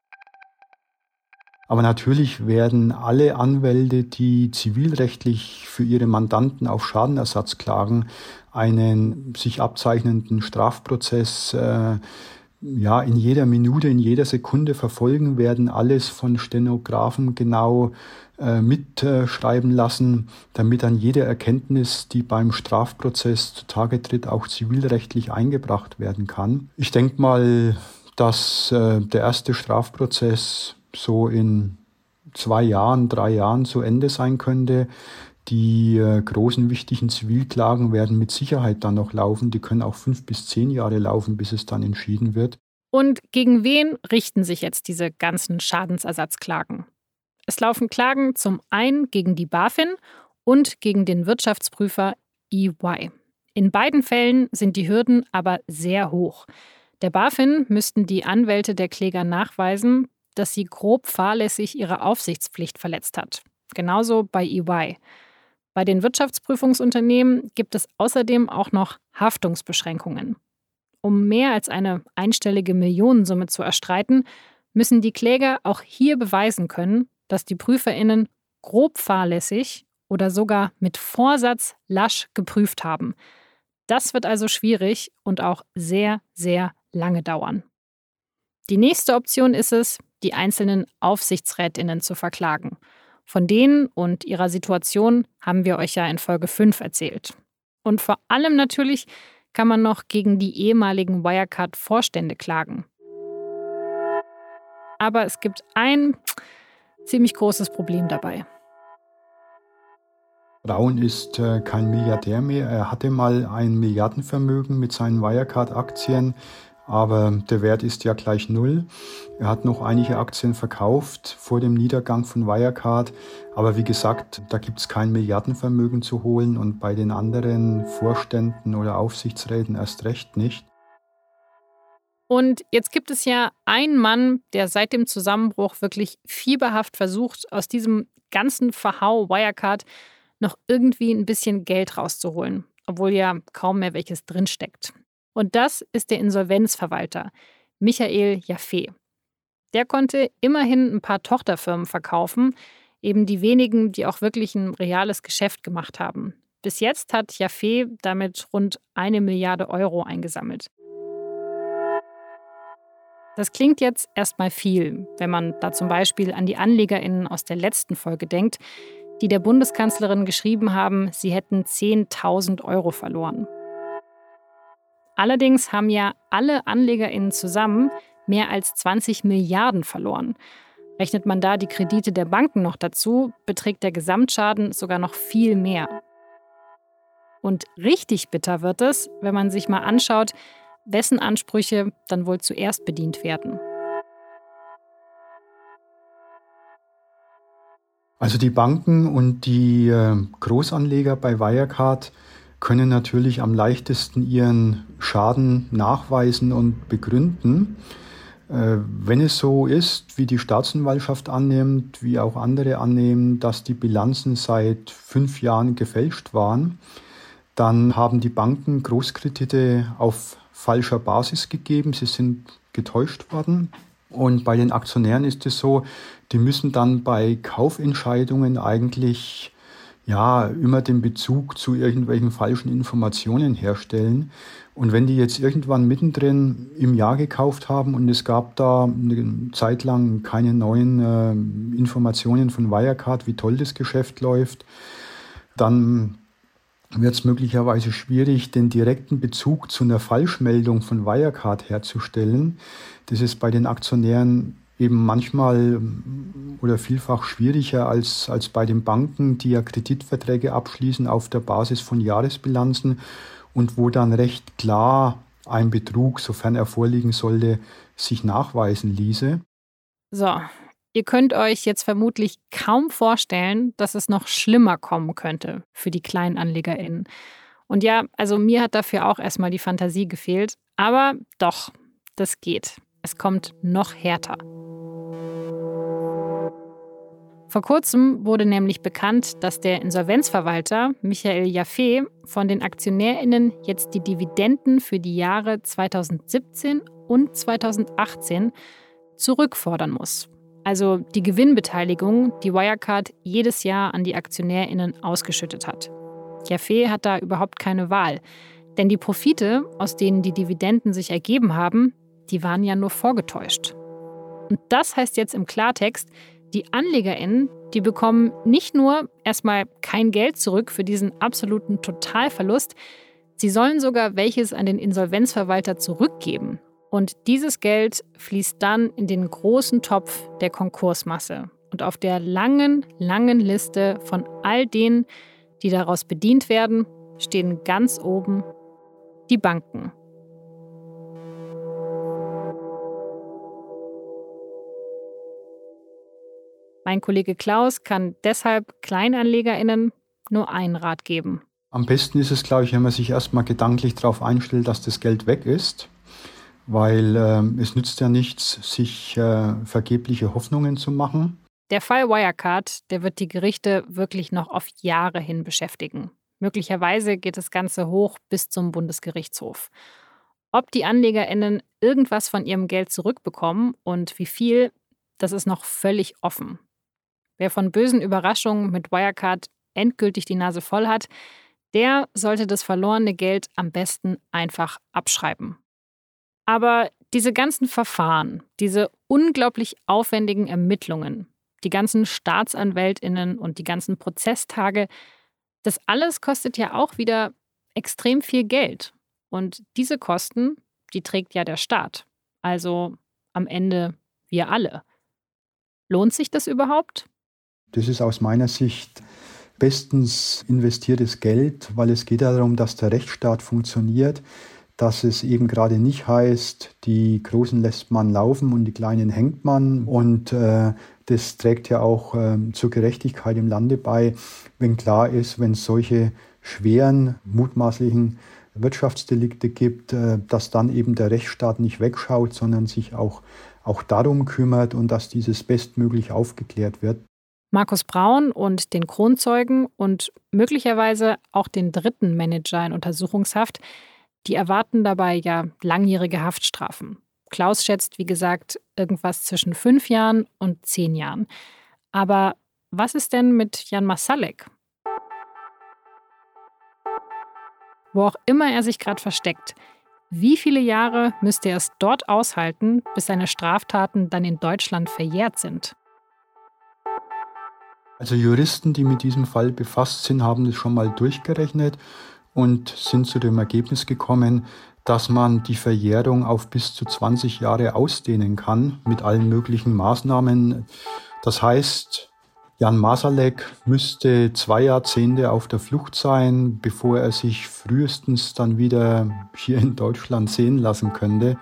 [SPEAKER 5] Aber natürlich werden alle Anwälte, die zivilrechtlich für ihre Mandanten auf Schadenersatz klagen, einen sich abzeichnenden Strafprozess in jeder Minute, in jeder Sekunde verfolgen, werden alles von Stenografen genau mitschreiben lassen, damit dann jede Erkenntnis, die beim Strafprozess zutage tritt, auch zivilrechtlich eingebracht werden kann. Ich denke mal, dass der erste Strafprozess so in 2 Jahren, 3 Jahren zu Ende sein könnte. Die großen, wichtigen Zivilklagen werden mit Sicherheit dann noch laufen. Die können auch 5 bis 10 Jahre laufen, bis es dann entschieden wird.
[SPEAKER 1] Und gegen wen richten sich jetzt diese ganzen Schadensersatzklagen? Es laufen Klagen zum einen gegen die BaFin und gegen den Wirtschaftsprüfer EY. In beiden Fällen sind die Hürden aber sehr hoch. Der BaFin müssten die Anwälte der Kläger nachweisen, dass sie grob fahrlässig ihre Aufsichtspflicht verletzt hat. Genauso bei EY. Bei den Wirtschaftsprüfungsunternehmen gibt es außerdem auch noch Haftungsbeschränkungen. Um mehr als eine einstellige Millionensumme zu erstreiten, müssen die Kläger auch hier beweisen können, dass die PrüferInnen grob fahrlässig oder sogar mit Vorsatz lasch geprüft haben. Das wird also schwierig und auch sehr, sehr lange dauern. Die nächste Option ist es, die einzelnen AufsichtsrätInnen zu verklagen. Von denen und ihrer Situation haben wir euch ja in Folge 5 erzählt. Und vor allem natürlich kann man noch gegen die ehemaligen Wirecard-Vorstände klagen. Aber es gibt ein ziemlich großes Problem dabei.
[SPEAKER 5] Braun ist kein Milliardär mehr. Er hatte mal ein Milliardenvermögen mit seinen Wirecard-Aktien, aber der Wert ist ja gleich null. Er hat noch einige Aktien verkauft vor dem Niedergang von Wirecard. Aber wie gesagt, da gibt es kein Milliardenvermögen zu holen und bei den anderen Vorständen oder Aufsichtsräten erst recht nicht.
[SPEAKER 1] Und jetzt gibt es ja einen Mann, der seit dem Zusammenbruch wirklich fieberhaft versucht, aus diesem ganzen Verhau Wirecard noch irgendwie ein bisschen Geld rauszuholen, obwohl ja kaum mehr welches drinsteckt. Und das ist der Insolvenzverwalter, Michael Jaffe. Der konnte immerhin ein paar Tochterfirmen verkaufen, eben die wenigen, die auch wirklich ein reales Geschäft gemacht haben. Bis jetzt hat Jaffe damit rund 1 Milliarde Euro eingesammelt. Das klingt jetzt erstmal viel, wenn man da zum Beispiel an die AnlegerInnen aus der letzten Folge denkt, die der Bundeskanzlerin geschrieben haben, sie hätten 10.000 Euro verloren. Allerdings haben ja alle AnlegerInnen zusammen mehr als 20 Milliarden verloren. Rechnet man da die Kredite der Banken noch dazu, beträgt der Gesamtschaden sogar noch viel mehr. Und richtig bitter wird es, wenn man sich mal anschaut, wessen Ansprüche dann wohl zuerst bedient werden.
[SPEAKER 5] Also die Banken und die Großanleger bei Wirecard können natürlich am leichtesten ihren Schaden nachweisen und begründen. Wenn es so ist, wie die Staatsanwaltschaft annimmt, wie auch andere annehmen, dass die Bilanzen seit 5 Jahren gefälscht waren, dann haben die Banken Großkredite auf falscher Basis gegeben. Sie sind getäuscht worden. Und bei den Aktionären ist es so, die müssen dann bei Kaufentscheidungen eigentlich immer den Bezug zu irgendwelchen falschen Informationen herstellen. Und wenn die jetzt irgendwann mittendrin im Jahr gekauft haben und es gab da eine Zeit lang keine neuen Informationen von Wirecard, wie toll das Geschäft läuft, dann wird es möglicherweise schwierig, den direkten Bezug zu einer Falschmeldung von Wirecard herzustellen. Das ist bei den Aktionären eben manchmal oder vielfach schwieriger als bei den Banken, die ja Kreditverträge abschließen auf der Basis von Jahresbilanzen und wo dann recht klar ein Betrug, sofern er vorliegen sollte, sich nachweisen ließe.
[SPEAKER 1] So, ihr könnt euch jetzt vermutlich kaum vorstellen, dass es noch schlimmer kommen könnte für die KleinanlegerInnen. Und ja, also mir hat dafür auch erstmal die Fantasie gefehlt. Aber doch, das geht. Es kommt noch härter. Vor kurzem wurde nämlich bekannt, dass der Insolvenzverwalter Michael Jaffe von den AktionärInnen jetzt die Dividenden für die Jahre 2017 und 2018 zurückfordern muss. Also die Gewinnbeteiligung, die Wirecard jedes Jahr an die AktionärInnen ausgeschüttet hat. Jaffe hat da überhaupt keine Wahl. Denn die Profite, aus denen die Dividenden sich ergeben haben, die waren ja nur vorgetäuscht. Und das heißt jetzt im Klartext, die AnlegerInnen, die bekommen nicht nur erstmal kein Geld zurück für diesen absoluten Totalverlust, sie sollen sogar welches an den Insolvenzverwalter zurückgeben. Und dieses Geld fließt dann in den großen Topf der Konkursmasse. Und auf der langen, langen Liste von all denen, die daraus bedient werden, stehen ganz oben die Banken. Mein Kollege Klaus kann deshalb KleinanlegerInnen nur einen Rat geben.
[SPEAKER 5] Am besten ist es, glaube ich, wenn man sich erstmal gedanklich darauf einstellt, dass das Geld weg ist. Weil es nützt ja nichts, sich vergebliche Hoffnungen zu machen.
[SPEAKER 1] Der Fall Wirecard, der wird die Gerichte wirklich noch auf Jahre hin beschäftigen. Möglicherweise geht das Ganze hoch bis zum Bundesgerichtshof. Ob die AnlegerInnen irgendwas von ihrem Geld zurückbekommen und wie viel, das ist noch völlig offen. Wer von bösen Überraschungen mit Wirecard endgültig die Nase voll hat, der sollte das verlorene Geld am besten einfach abschreiben. Aber diese ganzen Verfahren, diese unglaublich aufwendigen Ermittlungen, die ganzen StaatsanwältInnen und die ganzen Prozesstage, das alles kostet ja auch wieder extrem viel Geld. Und diese Kosten, die trägt ja der Staat. Also am Ende wir alle. Lohnt sich das überhaupt?
[SPEAKER 5] Das ist aus meiner Sicht bestens investiertes Geld, weil es geht ja darum, dass der Rechtsstaat funktioniert, dass es eben gerade nicht heißt, die Großen lässt man laufen und die Kleinen hängt man. Und das trägt ja auch zur Gerechtigkeit im Lande bei, wenn klar ist, wenn es solche schweren, mutmaßlichen Wirtschaftsdelikte gibt, dass dann eben der Rechtsstaat nicht wegschaut, sondern sich auch darum kümmert und dass dieses bestmöglich aufgeklärt wird.
[SPEAKER 1] Markus Braun und den Kronzeugen und möglicherweise auch den dritten Manager in Untersuchungshaft, die erwarten dabei ja langjährige Haftstrafen. Klaus schätzt, wie gesagt, irgendwas zwischen 5 Jahren und 10 Jahren. Aber was ist denn mit Jan Marsalek? Wo auch immer er sich gerade versteckt, wie viele Jahre müsste er es dort aushalten, bis seine Straftaten dann in Deutschland verjährt sind?
[SPEAKER 5] Also Juristen, die mit diesem Fall befasst sind, haben das schon mal durchgerechnet und sind zu dem Ergebnis gekommen, dass man die Verjährung auf bis zu 20 Jahre ausdehnen kann mit allen möglichen Maßnahmen. Das heißt, Jan Marsalek müsste 2 Jahrzehnte auf der Flucht sein, bevor er sich frühestens dann wieder hier in Deutschland sehen lassen könnte.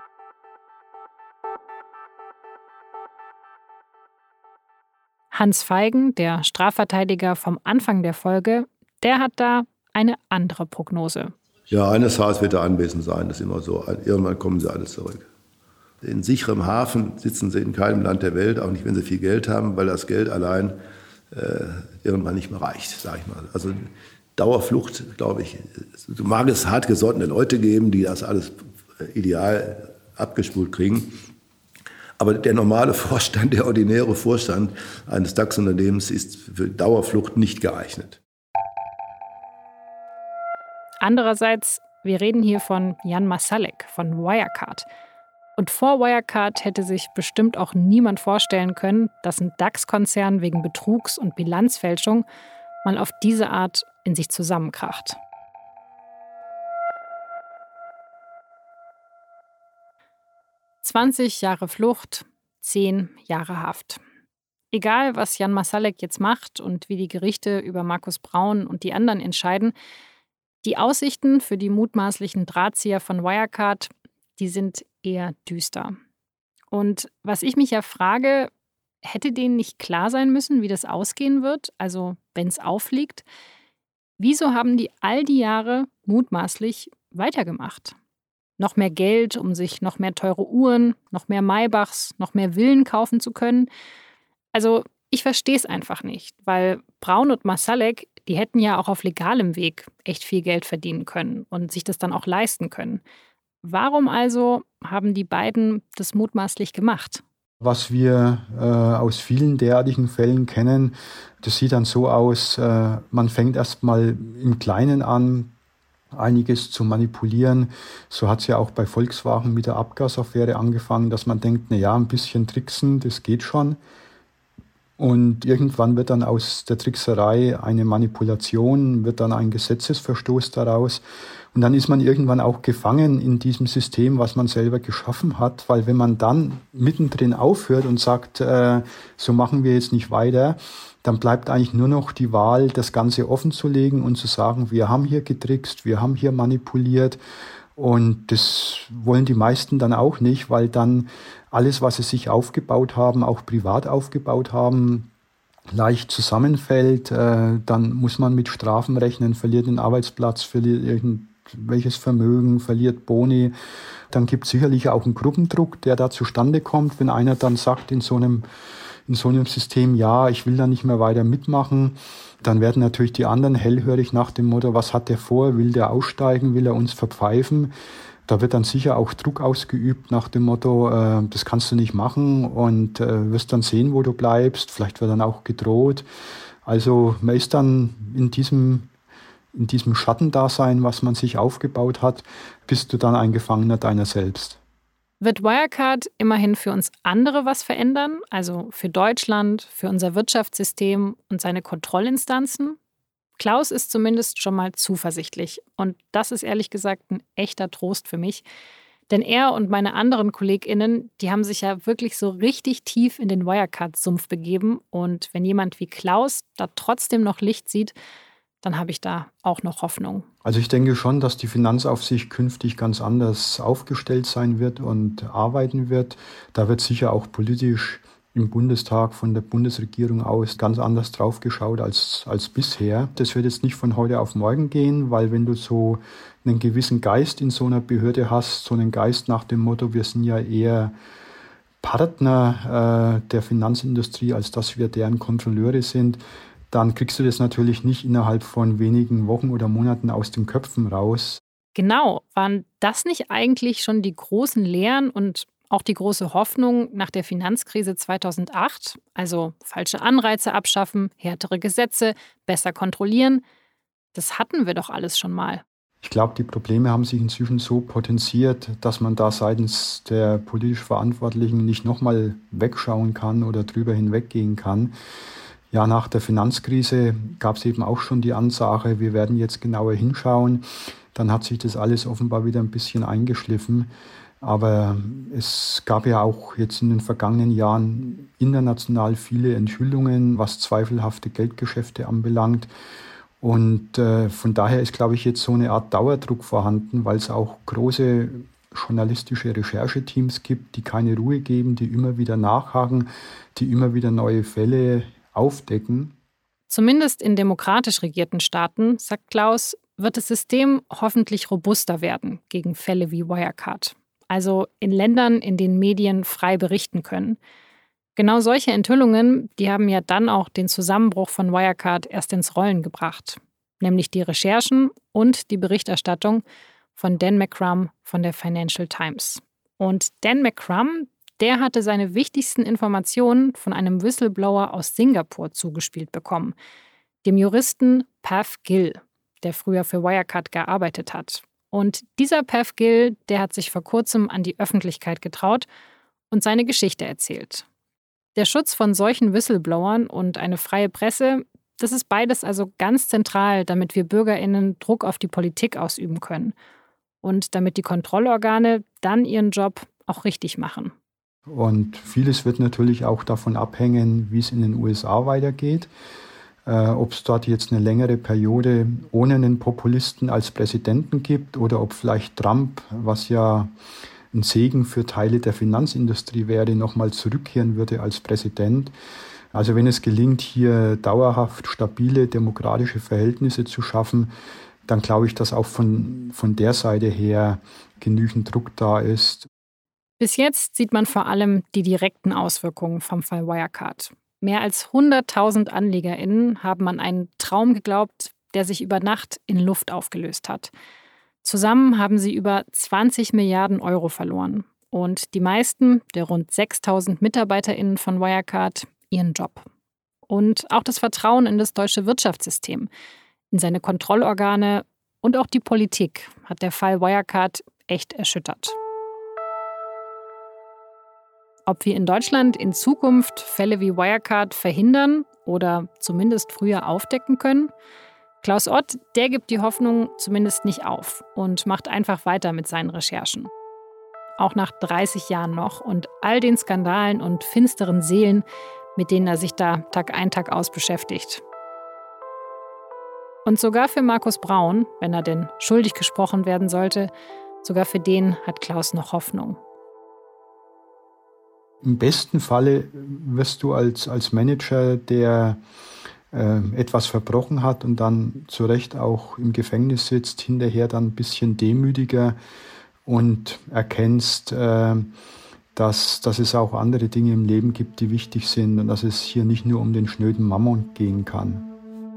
[SPEAKER 1] Hans Feigen, der Strafverteidiger vom Anfang der Folge, der hat da eine andere Prognose.
[SPEAKER 4] Ja, eines Tages wird er anwesend sein, das ist immer so. Irgendwann kommen sie alle zurück. In sicherem Hafen sitzen sie in keinem Land der Welt, auch nicht, wenn sie viel Geld haben, weil das Geld allein irgendwann nicht mehr reicht, sage ich mal. Also Dauerflucht, glaube ich, du mag es hartgesottene Leute geben, die das alles ideal abgespult kriegen. Aber der normale Vorstand, der ordinäre Vorstand eines DAX-Unternehmens ist für Dauerflucht nicht geeignet.
[SPEAKER 1] Andererseits, wir reden hier von Jan Marsalek, von Wirecard. Und vor Wirecard hätte sich bestimmt auch niemand vorstellen können, dass ein DAX-Konzern wegen Betrugs und Bilanzfälschung mal auf diese Art in sich zusammenkracht. „20 Jahre Flucht, 10 Jahre Haft. Egal, was Jan Marsalek jetzt macht und wie die Gerichte über Markus Braun und die anderen entscheiden, die Aussichten für die mutmaßlichen Drahtzieher von Wirecard, die sind eher düster. Und was ich mich ja frage, hätte denen nicht klar sein müssen, wie das ausgehen wird, also wenn es auffliegt? Wieso haben die all die Jahre mutmaßlich weitergemacht? Noch mehr Geld, um sich noch mehr teure Uhren, noch mehr Maybachs, noch mehr Villen kaufen zu können? Also ich verstehe es einfach nicht, weil Braun und Marsalek, die hätten ja auch auf legalem Weg echt viel Geld verdienen können und sich das dann auch leisten können. Warum also haben die beiden das mutmaßlich gemacht?
[SPEAKER 5] Was wir aus vielen derartigen Fällen kennen, das sieht dann so aus, man fängt erst mal im Kleinen an, einiges zu manipulieren. So hat es ja auch bei Volkswagen mit der Abgasaffäre angefangen, dass man denkt, naja, ein bisschen tricksen, das geht schon. Und irgendwann wird dann aus der Trickserei eine Manipulation, wird dann ein Gesetzesverstoß daraus. Und dann ist man irgendwann auch gefangen in diesem System, was man selber geschaffen hat. Weil wenn man dann mittendrin aufhört und sagt, so machen wir jetzt nicht weiter, dann bleibt eigentlich nur noch die Wahl, das Ganze offen zu legen und zu sagen, wir haben hier getrickst, wir haben hier manipuliert. Und das wollen die meisten dann auch nicht, weil dann alles, was sie sich aufgebaut haben, auch privat aufgebaut haben, leicht zusammenfällt. Dann muss man mit Strafen rechnen, verliert den Arbeitsplatz, verliert irgendwelches Vermögen, verliert Boni. Dann gibt es sicherlich auch einen Gruppendruck, der da zustande kommt, wenn einer dann sagt in so einem System, ja, ich will da nicht mehr weiter mitmachen. Dann werden natürlich die anderen hellhörig nach dem Motto, was hat der vor, will der aussteigen, will er uns verpfeifen? Da wird dann sicher auch Druck ausgeübt nach dem Motto, das kannst du nicht machen und wirst dann sehen, wo du bleibst. Vielleicht wird dann auch gedroht. Also man ist dann in diesem Schattendasein, was man sich aufgebaut hat, bist du dann ein Gefangener deiner selbst.
[SPEAKER 1] Wird Wirecard immerhin für uns andere was verändern? Also für Deutschland, für unser Wirtschaftssystem und seine Kontrollinstanzen? Klaus ist zumindest schon mal zuversichtlich. Und das ist ehrlich gesagt ein echter Trost für mich. Denn er und meine anderen KollegInnen, die haben sich ja wirklich so richtig tief in den Wirecard-Sumpf begeben. Und wenn jemand wie Klaus da trotzdem noch Licht sieht, dann habe ich da auch noch Hoffnung.
[SPEAKER 5] Also ich denke schon, dass die Finanzaufsicht künftig ganz anders aufgestellt sein wird und arbeiten wird. Da wird sicher auch politisch im Bundestag von der Bundesregierung aus ganz anders drauf geschaut als bisher. Das wird jetzt nicht von heute auf morgen gehen, weil wenn du so einen gewissen Geist in so einer Behörde hast, so einen Geist nach dem Motto, wir sind ja eher Partner der Finanzindustrie, als dass wir deren Kontrolleure sind, dann kriegst du das natürlich nicht innerhalb von wenigen Wochen oder Monaten aus den Köpfen raus.
[SPEAKER 1] Genau, waren das nicht eigentlich schon die großen Lehren und auch die große Hoffnung nach der Finanzkrise 2008? Also falsche Anreize abschaffen, härtere Gesetze, besser kontrollieren. Das hatten wir doch alles schon mal.
[SPEAKER 5] Ich glaube, die Probleme haben sich inzwischen so potenziert, dass man da seitens der politisch Verantwortlichen nicht nochmal wegschauen kann oder drüber hinweggehen kann. Ja, nach der Finanzkrise gab es eben auch schon die Ansage, wir werden jetzt genauer hinschauen. Dann hat sich das alles offenbar wieder ein bisschen eingeschliffen. Aber es gab ja auch jetzt in den vergangenen Jahren international viele Enthüllungen, was zweifelhafte Geldgeschäfte anbelangt. Und von daher ist, glaube ich, jetzt so eine Art Dauerdruck vorhanden, weil es auch große journalistische Rechercheteams gibt, die keine Ruhe geben, die immer wieder nachhaken, die immer wieder neue Fälle aufdecken.
[SPEAKER 1] Zumindest in demokratisch regierten Staaten, sagt Klaus, wird das System hoffentlich robuster werden gegen Fälle wie Wirecard. Also in Ländern, in denen Medien frei berichten können. Genau solche Enthüllungen, die haben ja dann auch den Zusammenbruch von Wirecard erst ins Rollen gebracht. Nämlich die Recherchen und die Berichterstattung von Dan McCrum von der Financial Times. Und Dan McCrum, der hatte seine wichtigsten Informationen von einem Whistleblower aus Singapur zugespielt bekommen, dem Juristen Pav Gill, der früher für Wirecard gearbeitet hat. Und dieser Pav Gill, der hat sich vor kurzem an die Öffentlichkeit getraut und seine Geschichte erzählt. Der Schutz von solchen Whistleblowern und eine freie Presse, das ist beides also ganz zentral, damit wir BürgerInnen Druck auf die Politik ausüben können. Und damit die Kontrollorgane dann ihren Job auch richtig machen.
[SPEAKER 5] Und vieles wird natürlich auch davon abhängen, wie es in den USA weitergeht. Ob es dort jetzt eine längere Periode ohne einen Populisten als Präsidenten gibt oder ob vielleicht Trump, was ja ein Segen für Teile der Finanzindustrie wäre, nochmal zurückkehren würde als Präsident. Also wenn es gelingt, hier dauerhaft stabile demokratische Verhältnisse zu schaffen, dann glaube ich, dass auch von der Seite her genügend Druck da ist.
[SPEAKER 1] Bis jetzt sieht man vor allem die direkten Auswirkungen vom Fall Wirecard. Mehr als 100.000 AnlegerInnen haben an einen Traum geglaubt, der sich über Nacht in Luft aufgelöst hat. Zusammen haben sie über 20 Milliarden Euro verloren. Und die meisten, der rund 6.000 MitarbeiterInnen von Wirecard, ihren Job. Und auch das Vertrauen in das deutsche Wirtschaftssystem, in seine Kontrollorgane und auch die Politik hat der Fall Wirecard echt erschüttert. Ob wir in Deutschland in Zukunft Fälle wie Wirecard verhindern oder zumindest früher aufdecken können? Klaus Ott, der gibt die Hoffnung zumindest nicht auf und macht einfach weiter mit seinen Recherchen. Auch nach 30 Jahren noch und all den Skandalen und finsteren Seelen, mit denen er sich da Tag ein, Tag aus beschäftigt. Und sogar für Markus Braun, wenn er denn schuldig gesprochen werden sollte, sogar für den hat Klaus noch Hoffnung.
[SPEAKER 5] Im besten Falle wirst du als Manager, der etwas verbrochen hat und dann zu Recht auch im Gefängnis sitzt, hinterher dann ein bisschen demütiger und erkennst, dass es auch andere Dinge im Leben gibt, die wichtig sind und dass es hier nicht nur um den schnöden Mammon gehen kann.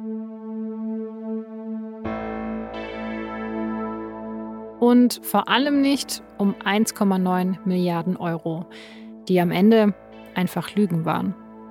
[SPEAKER 1] Und vor allem nicht um 1,9 Milliarden Euro, die am Ende einfach Lügen waren.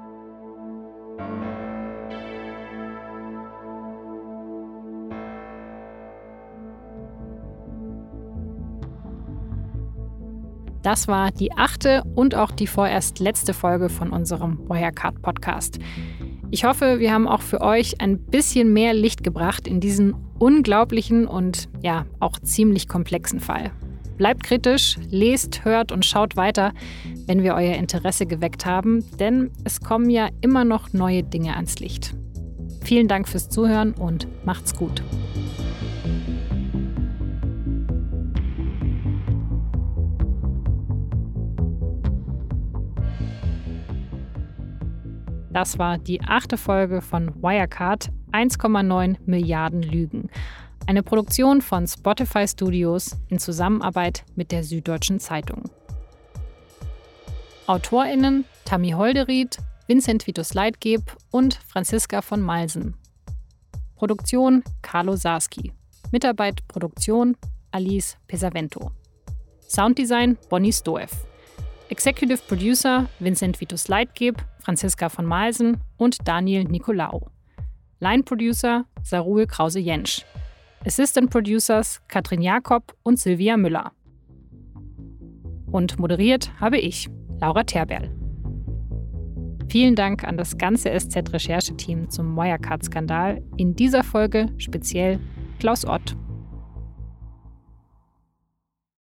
[SPEAKER 1] Das war die 8. und auch die vorerst letzte Folge von unserem Wirecard-Podcast. Ich hoffe, wir haben auch für euch ein bisschen mehr Licht gebracht in diesen unglaublichen und ja auch ziemlich komplexen Fall. Bleibt kritisch, lest, hört und schaut weiter, wenn wir euer Interesse geweckt haben, denn es kommen ja immer noch neue Dinge ans Licht. Vielen Dank fürs Zuhören und macht's gut. Das war die 8. Folge von Wirecard, 1,9 Milliarden Lügen. Eine Produktion von Spotify Studios in Zusammenarbeit mit der Süddeutschen Zeitung. AutorInnen Tammy Holderried, Vincent Vitus Leitgeb und Franziska von Malsen. Produktion Carlo Sarski. Mitarbeit Produktion Alice Pesavento. Sounddesign Bonnie Stoev. Executive Producer Vincent Vitus Leitgeb, Franziska von Malsen und Daniel Nicolaou. Line Producer Sarul Krause-Jentsch. Assistant Producers Katrin Jakob und Silvia Müller. Und moderiert habe ich, Laura Terberl. Vielen Dank an das ganze SZ-Rechercheteam zum Wirecard-Skandal. In dieser Folge speziell Klaus Ott.